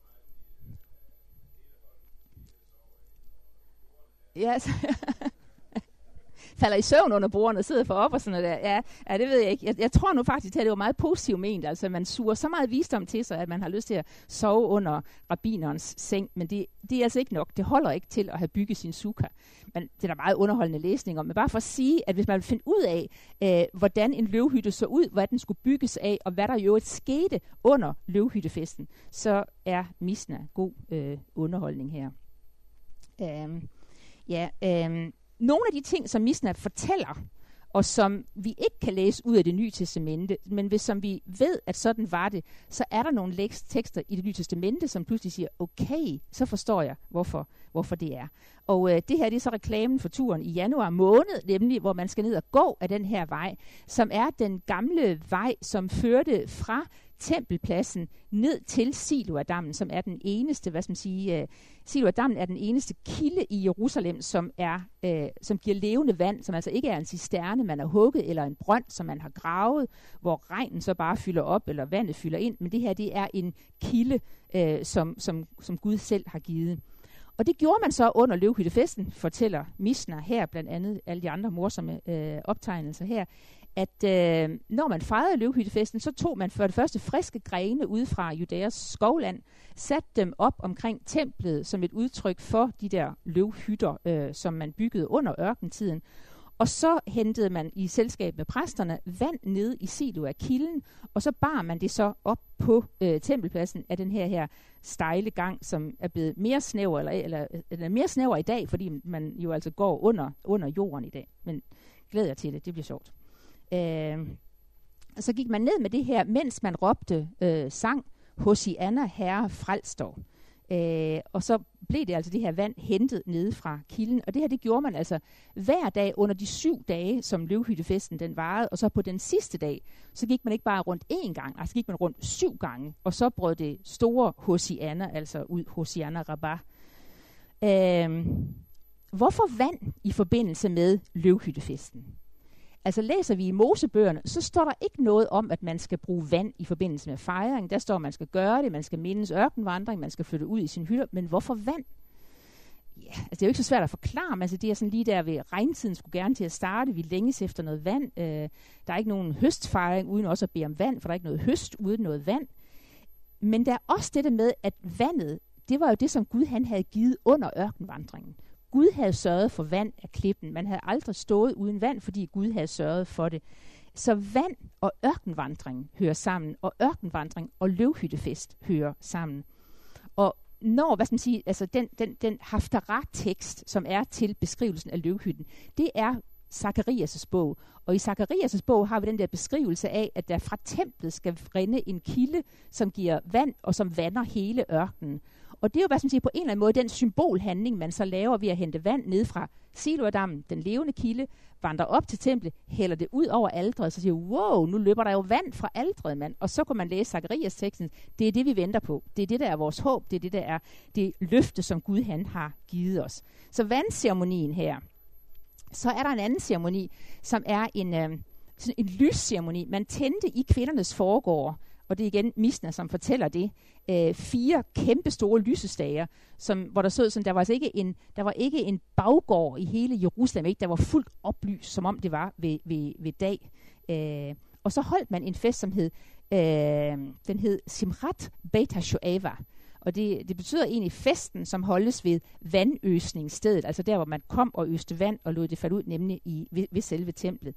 Ja, falder i søvn under bordene og sidder for op og sådan noget der. Ja, det ved jeg ikke. Jeg tror nu faktisk, at det var meget positivt ment. Altså, man suger så meget visdom til sig, at man har lyst til at sove under rabbinerens seng. Men det er altså ikke nok. Det holder ikke til at have bygget sin sukkah. Men det er der meget underholdende læsning om. Men bare for at sige, at hvis man vil finde ud af, hvordan en løvhytte så ud, hvad den skulle bygges af, og hvad der jo skete under løvhyttefesten, så er Misna god underholdning her. Nogle af de ting, som Misna fortæller og som vi ikke kan læse ud af det nye testamente, men hvis som vi ved, at sådan var det, så er der nogle tekster i det nye testamente, som pludselig siger, okay, så forstår jeg, hvorfor det er. Og det her det er så reklamen for turen i januar måned, nemlig hvor man skal ned og gå af den her vej, som er den gamle vej, som førte fra tempelpladsen ned til Siloadammen, som er den eneste, Siloadammen er den eneste kilde i Jerusalem, som giver levende vand, som altså ikke er en cisterne, man har hugget, eller en brønd, som man har gravet, hvor regnen så bare fylder op, eller vandet fylder ind, men det her, det er en kilde, som Gud selv har givet. Og det gjorde man så under løvhyttefesten, fortæller Mishna her, blandt andet alle de andre morsomme optegnelser her, at når man fejrede løvhyttefesten, så tog man for det første friske grene ude fra Judæas skovland, satte dem op omkring templet som et udtryk for de der løvhytter, som man byggede under ørkentiden. Og så hentede man i selskab med præsterne vand nede i Silo af kilden, og så bar man det så op på tempelpladsen af den her stejle gang, som er blevet mere snæver, eller mere snæver i dag, fordi man jo altså går under jorden i dag. Men glæder jeg til det bliver sjovt. Så gik man ned med det her, mens man råbte sang, Hosianna, Herre, frels dog. Og så blev det altså det her vand hentet nede fra kilden. Og det her, det gjorde man altså hver dag under de 7 dage, som løvhyttefesten den varede. Og så på den sidste dag, så gik man ikke bare rundt 1 gang, altså gik man rundt 7 gange. Og så brød det store Hosianna, altså ud Hosianna Rabbah. Hvorfor vand i forbindelse med løvhyttefesten? Altså læser vi i Mosebøgerne, så står der ikke noget om, at man skal bruge vand i forbindelse med fejring. Der står, at man skal gøre det, man skal mindes ørkenvandring, man skal flytte ud i sin hytter. Men hvorfor vand? Ja, altså det er jo ikke så svært at forklare, men altså det er sådan lige der ved regntiden skulle gerne til at starte. Vi længes efter noget vand. Der er ikke nogen høstfejring uden også at bede om vand, for der er ikke noget høst uden noget vand. Men der er også det med, at vandet, det var jo det, som Gud han havde givet under ørkenvandringen. Gud havde sørget for vand af klippen. Man havde aldrig stået uden vand, fordi Gud havde sørget for det. Så vand og ørkenvandring hører sammen, og ørkenvandring og løvhyttefest hører sammen. Og når, altså den haftarah-tekst, som er til beskrivelsen af løvhytten, det er Zakarias' bog. Og i Zakarias' bog har vi den der beskrivelse af, at der fra templet skal rinde en kilde, som giver vand, og som vander hele ørkenen. Og det er jo, på en eller anden måde den symbolhandling, man så laver ved at hente vand ned fra Siloadammen, den levende kilde, vandrer op til templet, hælder det ud over alteret, så siger wow, nu løber der jo vand fra alteret, mand. Og så kan man læse Zakarias teksten. Det er det, vi venter på. Det er det, der er vores håb. Det er det, der er det løfte, som Gud han har givet os. Så vandceremonien her. Så er der en anden ceremoni, som er en lysceremoni. Man tændte i kvindernes forgård, og det er igen Mishna, som fortæller det, 4 kæmpestore lysestager, hvor der så sådan, der var ikke en baggård i hele Jerusalem, ikke, der var fuldt oplyst, som om det var ved dag. Og så holdt man en fest, som den hed Simchat Beit HaShoeva. Og det betyder egentlig festen, som holdes ved vandøsningsstedet, altså der, hvor man kom og øste vand og lod det falde ud, nemlig ved selve templet.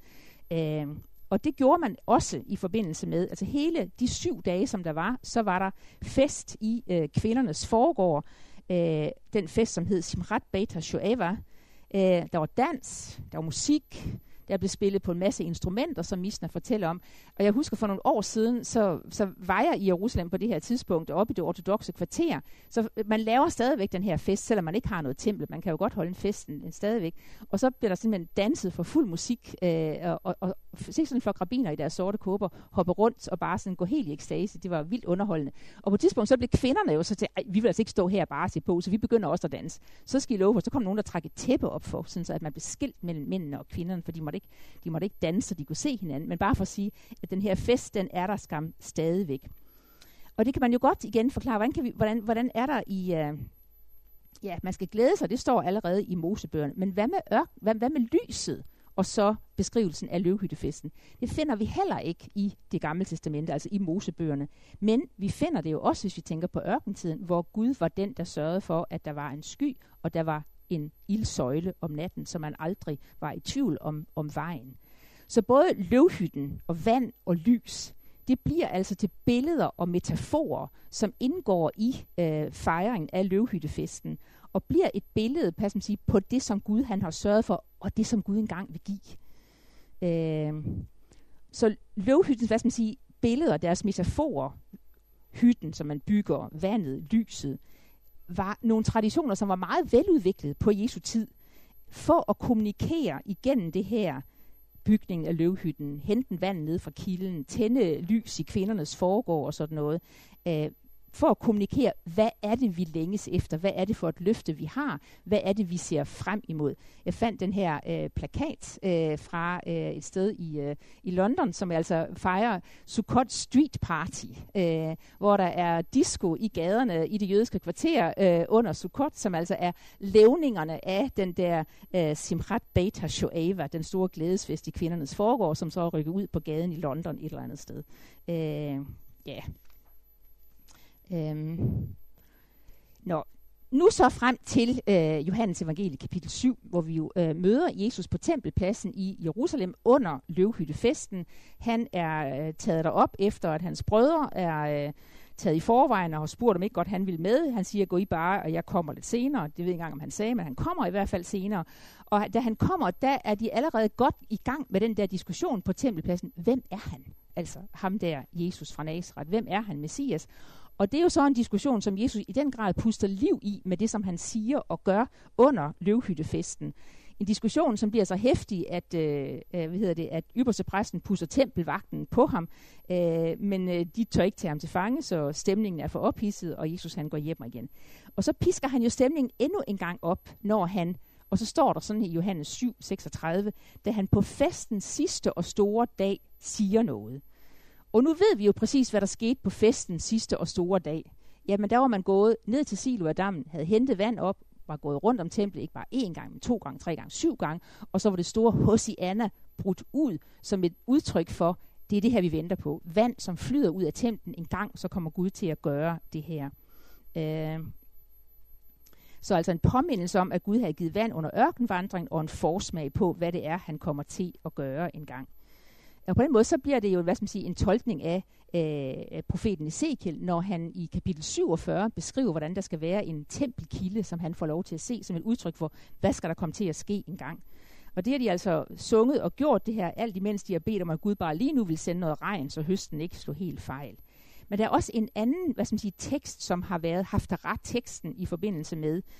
Og det gjorde man også i forbindelse med, altså hele de 7 dage, som der var, så var der fest i kvindernes forgård. Den fest, som hed Simchat Beit HaShoeva. Der var dans, der var musik, der blev spillet på en masse instrumenter, som Mishna fortæller om. Og jeg husker for nogle år siden, så var jeg i Jerusalem på det her tidspunkt, oppe i det ortodokse kvarter. Så man laver stadigvæk den her fest, selvom man ikke har noget tempel. Man kan jo godt holde en fest stadigvæk. Og så bliver der simpelthen danset for fuld musik, og se sådan en flok rabbiner i deres sorte kåber hoppe rundt og bare sådan gå helt i ekstase. Det var vildt underholdende. Og på et tidspunkt, så blev kvinderne jo så til, vi vil altså ikke stå her og bare se på, så vi begynder også at danse. Så skal I love, så kom nogen, der trak et tæppe op for, sådan så at man blev skilt mellem mændene og kvinderne, for de måtte ikke danse, så de kunne se hinanden. Men bare for at sige, at den her fest, den er der skam stadigvæk. Og det kan man jo godt igen forklare, hvordan er der i... man skal glæde sig, det står allerede i Mosebøgerne. Men hvad med lyset? Og så beskrivelsen af løvhyttefesten. Det finder vi heller ikke i Det Gamle Testamente, altså i Mosebøgerne. Men vi finder det jo også, hvis vi tænker på ørkentiden, hvor Gud var den, der sørgede for, at der var en sky, og der var en ildsøjle om natten, så man aldrig var i tvivl om vejen. Så både løvhytten og vand og lys, det bliver altså til billeder og metaforer, som indgår i fejringen af løvhyttefesten, og bliver et billede på det, som Gud han har sørget for, og det, som Gud engang vil give. Så løvhyttens, hvad skal man sige, billeder, deres metaforer, hytten, som man bygger, vandet, lyset, var nogle traditioner, som var meget veludviklet på Jesu tid, for at kommunikere igennem det her bygning af løvhytten, hente vand ned fra kilden, tænde lys i kvindernes forgård og sådan noget, for at kommunikere, hvad er det, vi længes efter, hvad er det for et løfte, vi har, hvad er det, vi ser frem imod. Jeg fandt den her plakat fra et sted i London, som altså fejrer Sukkot Street Party, hvor der er disco i gaderne i det jødiske kvarter under Sukkot, som altså er levningerne af den der Simchat Beit HaShoeva, den store glædesfest i kvindernes forgård, som så rykker ud på gaden i London et eller andet sted. Ja. Nu så frem til Johannes evangelie kapitel 7, hvor vi jo møder Jesus på tempelpladsen i Jerusalem under løvhyttefesten. Han er taget derop efter, at hans brødre er taget i forvejen og har spurgt, om ikke godt han vil med. Han siger, gå I bare, og jeg kommer lidt senere. Det ved jeg ikke engang, om han sagde, men han kommer i hvert fald senere. Og da han kommer, der er de allerede godt i gang med den der diskussion på tempelpladsen. Hvem er han? Altså ham der, Jesus fra Nazaret. Hvem er han, Messias? Og det er jo så en diskussion, som Jesus i den grad puster liv i med det, som han siger og gør under løvhyttefesten. En diskussion, som bliver så heftig, at ypperstepræsten pusser tempelvagten på ham, men de tør ikke tage ham til fange, så stemningen er for ophidset, og Jesus han går hjem igen. Og så pisker han jo stemningen endnu en gang op, når han, og så står der sådan i Johannes 7, 36, da han på festens sidste og store dag siger noget. Og nu ved vi jo præcis, hvad der skete på festens sidste og store dag. Jamen, der var man gået ned til Siloa-dammen, havde hentet vand op, var gået rundt om templet, ikke bare 1 gang, men 2 gange, 3 gange, 7 gange, og så var det store Hosianna brudt ud som et udtryk for, det er det her, vi venter på. Vand, som flyder ud af templet en gang, så kommer Gud til at gøre det her. Så altså en påmindelse om, at Gud havde givet vand under ørkenvandring, og en forsmag på, hvad det er, han kommer til at gøre en gang. Og på den måde, så bliver det jo, en tolkning af profeten Ezekiel, når han i kapitel 47 beskriver, hvordan der skal være en tempelkilde, som han får lov til at se, som et udtryk for, hvad skal der komme til at ske en gang. Og det har de altså sunget og gjort det her, alt imens de har bedt om, at Gud bare lige nu vil sende noget regn, så høsten ikke slår helt fejl. Men der er også en anden, tekst, som har været Haftarah-teksten i forbindelse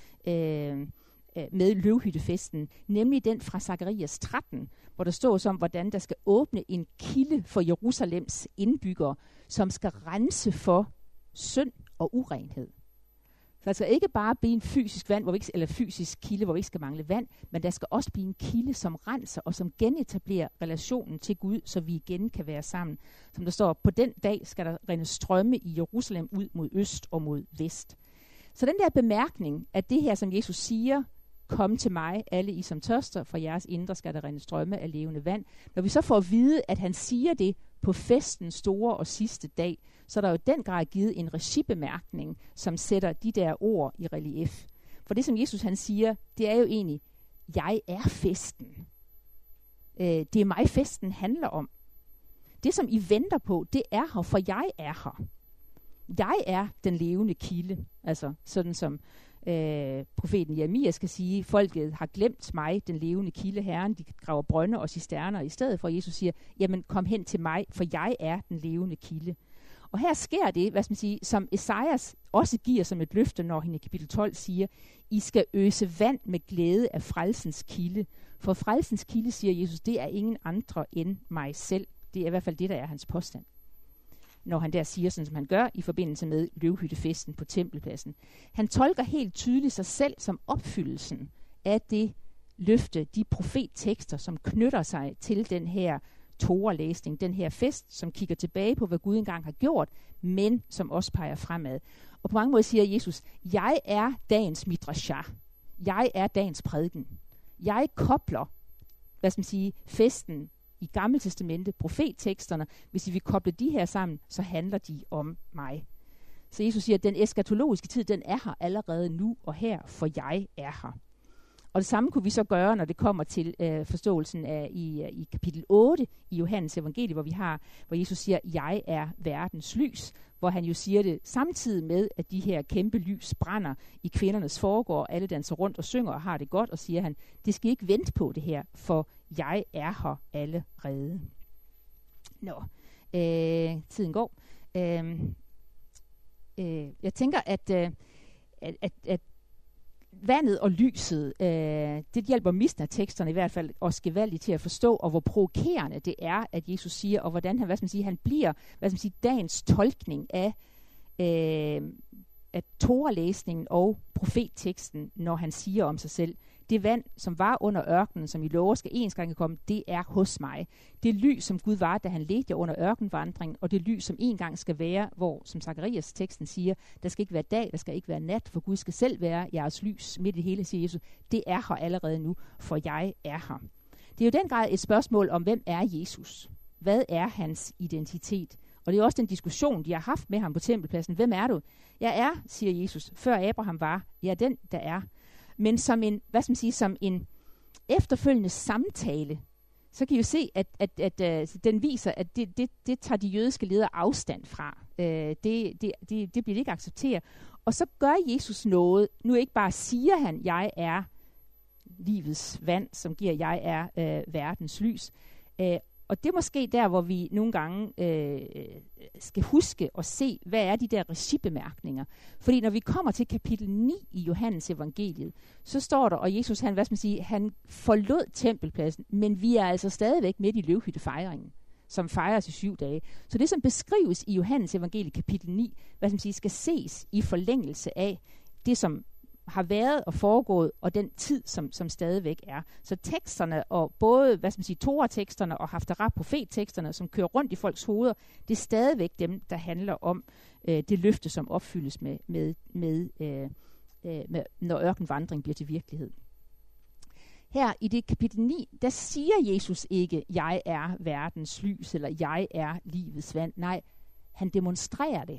med løvhyttefesten, nemlig den fra Zakarias 13, hvor der står som, hvordan der skal åbne en kilde for Jerusalems indbyggere, som skal rense for synd og urenhed. Så der skal ikke bare blive en fysisk vand, fysisk kilde, hvor vi ikke skal mangle vand, men der skal også blive en kilde, som renser og som genetablerer relationen til Gud, så vi igen kan være sammen. Som der står, på den dag skal der rinde strømme i Jerusalem ud mod øst og mod vest. Så den der bemærkning, at det her, som Jesus siger, kom til mig, alle I som tørster, fra jeres indre skal der rinde strømme af levende vand. Når vi så får at vide, at han siger det på festens store og sidste dag, så er der jo den grad givet en regibemærkning, som sætter de der ord i relief. For det, som Jesus han siger, det er jo egentlig, jeg er festen. Det er mig, festen handler om. Det, som I venter på, det er her, for jeg er her. Jeg er den levende kilde. Altså sådan som profeten Jeremia skal sige, folket har glemt mig, den levende kilde, Herren, de graver brønde og cisterner i stedet for. Jesus siger, jamen kom hen til mig, for jeg er den levende kilde. Og her sker det, som Esajas også giver som et løfte, når han i kapitel 12 siger, I skal øse vand med glæde af frelsens kilde. For frelsens kilde, siger Jesus, det er ingen andre end mig selv. Det er i hvert fald det, der er hans påstand. Når han der siger, sådan som han gør i forbindelse med løvhyttefesten på tempelpladsen. Han tolker helt tydeligt sig selv som opfyldelsen af det løfte, de profettekster, som knytter sig til den her Torah-læsning, den her fest, som kigger tilbage på, hvad Gud engang har gjort, men som også peger fremad. Og på mange måder siger Jesus, jeg er dagens midrashah. Jeg er dagens prædiken. Jeg kobler, festen i Gamle Testamente, profetteksterne. Hvis vi kobler de her sammen, så handler de om mig. Så Jesus siger, at den eskatologiske tid, den er her allerede nu og her, for jeg er her. Og det samme kunne vi så gøre, når det kommer til forståelsen af i kapitel 8 i Johannes evangelie, hvor Jesus siger, jeg er verdens lys, hvor han jo siger det samtidig med, at de her kæmpe lys brænder i kvindernes foregård, alle danser rundt og synger og har det godt, og siger han, det skal ikke vente på det her, for jeg er her allerede. Nå, tiden går. Jeg tænker, at vandet og lyset, det hjælper Misna-teksterne i hvert fald også gevaldigt til at forstå, og hvor provokerende det er, at Jesus siger, og hvordan han bliver dagens tolkning af Torah-læsningen og profetteksten, når han siger om sig selv, det vand, som var under ørkenen, som I lover skal ens gang komme, det er hos mig. Det lys, som Gud var, da han ledte jer under ørkenvandringen, og det lys, som en gang skal være, hvor, som Zakarias teksten siger, der skal ikke være dag, der skal ikke være nat, for Gud skal selv være jeres lys midt i det hele, siger Jesus. Det er her allerede nu, for jeg er her. Det er jo den grad et spørgsmål om, hvem er Jesus? Hvad er hans identitet? Og det er også den diskussion, de har haft med ham på tempelpladsen. Hvem er du? Jeg er, siger Jesus, før Abraham var. Jeg er den, der er. Men som en, som en efterfølgende samtale, så kan I jo se, at den viser, at det tager de jødiske ledere afstand fra. Det bliver de ikke accepteret. Og så gør Jesus noget. Nu ikke bare siger han, jeg er livets vand, som giver, jeg er verdens lys. Og det er måske der, hvor vi nogle gange skal huske og se, hvad er de der regibemærkninger. Fordi når vi kommer til kapitel 9 i Johannes evangeliet, så står der, og Jesus han forlod tempelpladsen, men vi er altså stadigvæk midt i løvhyttefejringen, som fejres i 7 dage. Så det, som beskrives i Johannes evangeliet kapitel 9, skal ses i forlængelse af det, som har været og foregået, og den tid, som stadigvæk er. Så teksterne, og både, Torah-teksterne og Haftarah-profetteksterne, som kører rundt i folks hoveder, det er stadigvæk dem, der handler om det løfte, som opfyldes med når ørkenvandring bliver til virkelighed. Her i det kapitel 9, der siger Jesus ikke, jeg er verdens lys, eller jeg er livets vand. Nej, han demonstrerer det.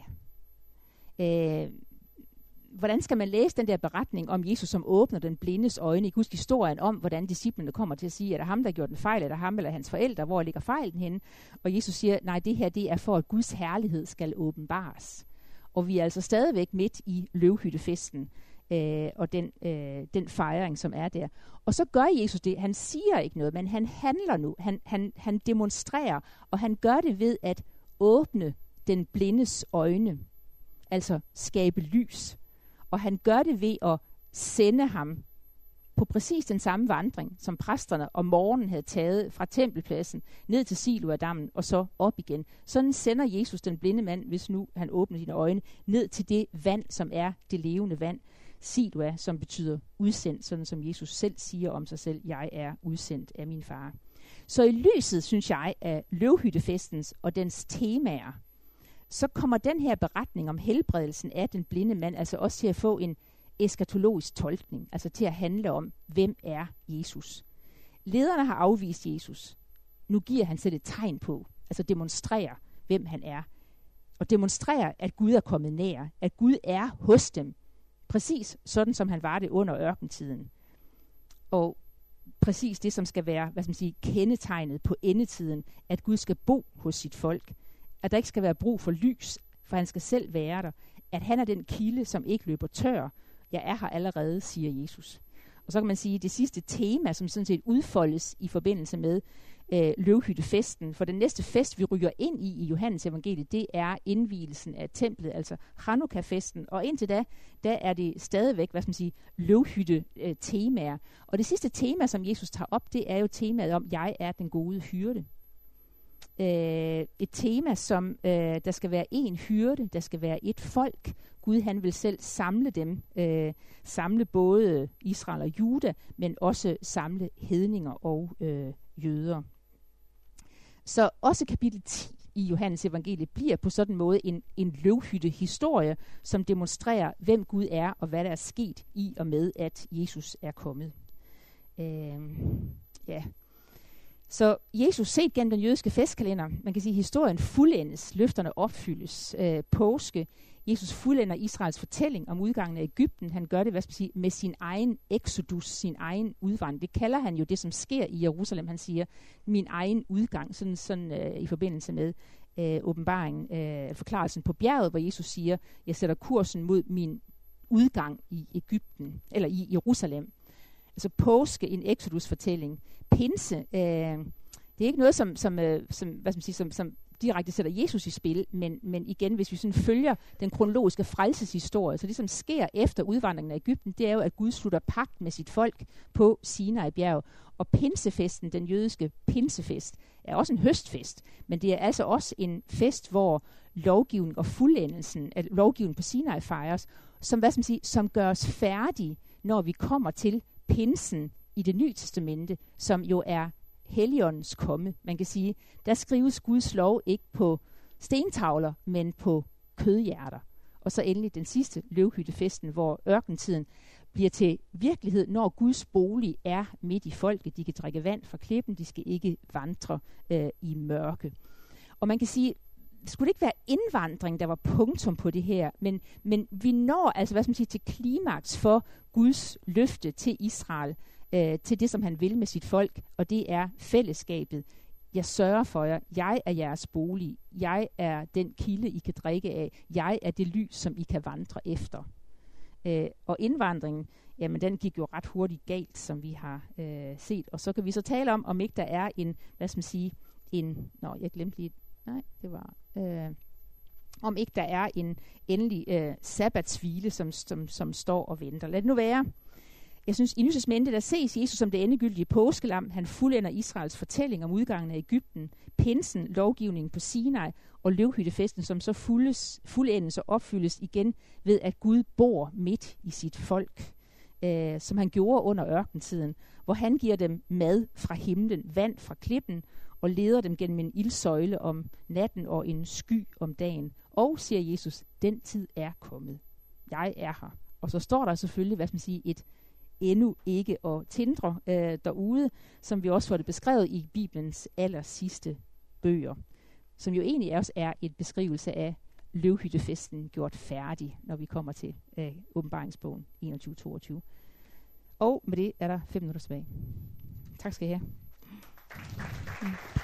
Hvordan skal man læse den der beretning om Jesus, som åbner den blindes øjne? I kan huske historien om, hvordan disciplene kommer til at sige, er det ham, der har gjort en fejl, er det ham eller hans forældre, hvor ligger fejlen henne? Og Jesus siger, nej, det her det er for, at Guds herlighed skal åbenbares. Og vi er altså stadigvæk midt i løvhyttefesten og den fejring, som er der. Og så gør Jesus det. Han siger ikke noget, men han handler nu. Han demonstrerer, og han gør det ved at åbne den blindes øjne. Altså skabe lys. Og han gør det ved at sende ham på præcis den samme vandring, som præsterne om morgenen havde taget fra tempelpladsen ned til Siloadammen og så op igen. Sådan sender Jesus den blinde mand, hvis nu han åbner sine øjne, ned til det vand, som er det levende vand. Siloa, som betyder udsendt, sådan som Jesus selv siger om sig selv, jeg er udsendt af min far. Så i lyset, synes jeg, af løvhyttefestens og dens temaer, så kommer den her beretning om helbredelsen af den blinde mand altså også til at få en eskatologisk tolkning, altså til at handle om, hvem er Jesus. Lederne har afvist Jesus. Nu giver han selv et tegn på, altså demonstrerer, hvem han er. Og demonstrerer, at Gud er kommet nær, at Gud er hos dem, præcis sådan som han var det under ørkentiden. Og præcis det, som skal være, kendetegnet på endetiden, at Gud skal bo hos sit folk. At der ikke skal være brug for lys, for han skal selv være der. At han er den kilde, som ikke løber tør. Jeg er her allerede, siger Jesus. Og så kan man sige, at det sidste tema, som sådan set udfoldes i forbindelse med løvhyttefesten, for den næste fest, vi ryger ind i Johannes evangeliet, det er indvielsen af templet, altså Chanukka-festen. Og indtil da er det stadigvæk, løvhytte-temaer. Og det sidste tema, som Jesus tager op, det er jo temaet om, jeg er den gode hyrde. Et tema, som der skal være en hyrde, der skal være et folk. Gud, han vil selv samle dem, samle både Israel og Juda, men også samle hedninger og jøder. Så også kapitel 10 i Johannes evangeliet bliver på sådan en måde en løvhytte-historie, som demonstrerer, hvem Gud er, og hvad der er sket i og med, at Jesus er kommet. Så Jesus set gennem den jødiske festkalender, man kan sige, at historien fuldendes, løfterne opfyldes, påske, Jesus fuldender Israels fortælling om udgangen af Egypten. Han gør det, med sin egen exodus, sin egen udvandring. Det kalder han jo det, som sker i Jerusalem. Han siger, min egen udgang, sådan i forbindelse med åbenbaringen, forklarelsen på bjerget, hvor Jesus siger, jeg sætter kursen mod min udgang i Egypten, eller i Jerusalem. Altså påske, en exodus-fortælling. Pinse, det er ikke noget, som direkte sætter Jesus i spil, men igen, hvis vi sådan følger den kronologiske frelseshistorie, så det, som sker efter udvandringen af Egypten, det er jo, at Gud slutter pagt med sit folk på Sinai-bjerg. Og pinsefesten, den jødiske pinsefest, er også en høstfest, men det er altså også en fest, hvor lovgivning og fuldendelsen af lovgivningen på Sinai fejres, som gør os færdige, når vi kommer til pinsen i Det Nye Testamente, som jo er Helligåndens komme. Man kan sige, der skrives Guds lov ikke på stentavler, men på kødhjerter. Og så endelig den sidste løvhyttefesten, hvor ørkentiden bliver til virkelighed, når Guds bolig er midt i folket. De kan drikke vand fra klippen, de skal ikke vandre i mørke. Og man kan sige, skulle det ikke være indvandring, der var punktum på det her, men vi når altså, til klimaks for Guds løfte til Israel, til det, som han vil med sit folk, og det er fællesskabet. Jeg sørger for jer. Jeg er jeres bolig. Jeg er den kilde, I kan drikke af. Jeg er det lys, som I kan vandre efter. Og indvandringen, jamen den gik jo ret hurtigt galt, som vi har set. Og så kan vi så tale om ikke der er om ikke der er en endelig sabbatshvile, som står og venter. Lad det nu være. Jeg synes, i Nye Testamente, der ses Jesus som det endegyldige påskelam. Han fuldender Israels fortælling om udgangen af Egypten, pinsen, lovgivningen på Sinai og løvhyttefesten, som så fuldendes og opfyldes igen ved, at Gud bor midt i sit folk, som han gjorde under ørkentiden, hvor han giver dem mad fra himlen, vand fra klippen og leder dem gennem en ildsøjle om natten og en sky om dagen. Og, siger Jesus, den tid er kommet. Jeg er her. Og så står der selvfølgelig, et endnu ikke at tindre derude, som vi også får det beskrevet i Bibelens allersidste bøger, som jo egentlig også er et beskrivelse af løvhyttefesten gjort færdig, når vi kommer til åbenbaringsbogen 21-22. Og med det er der 5 minutter tilbage. Tak skal I have.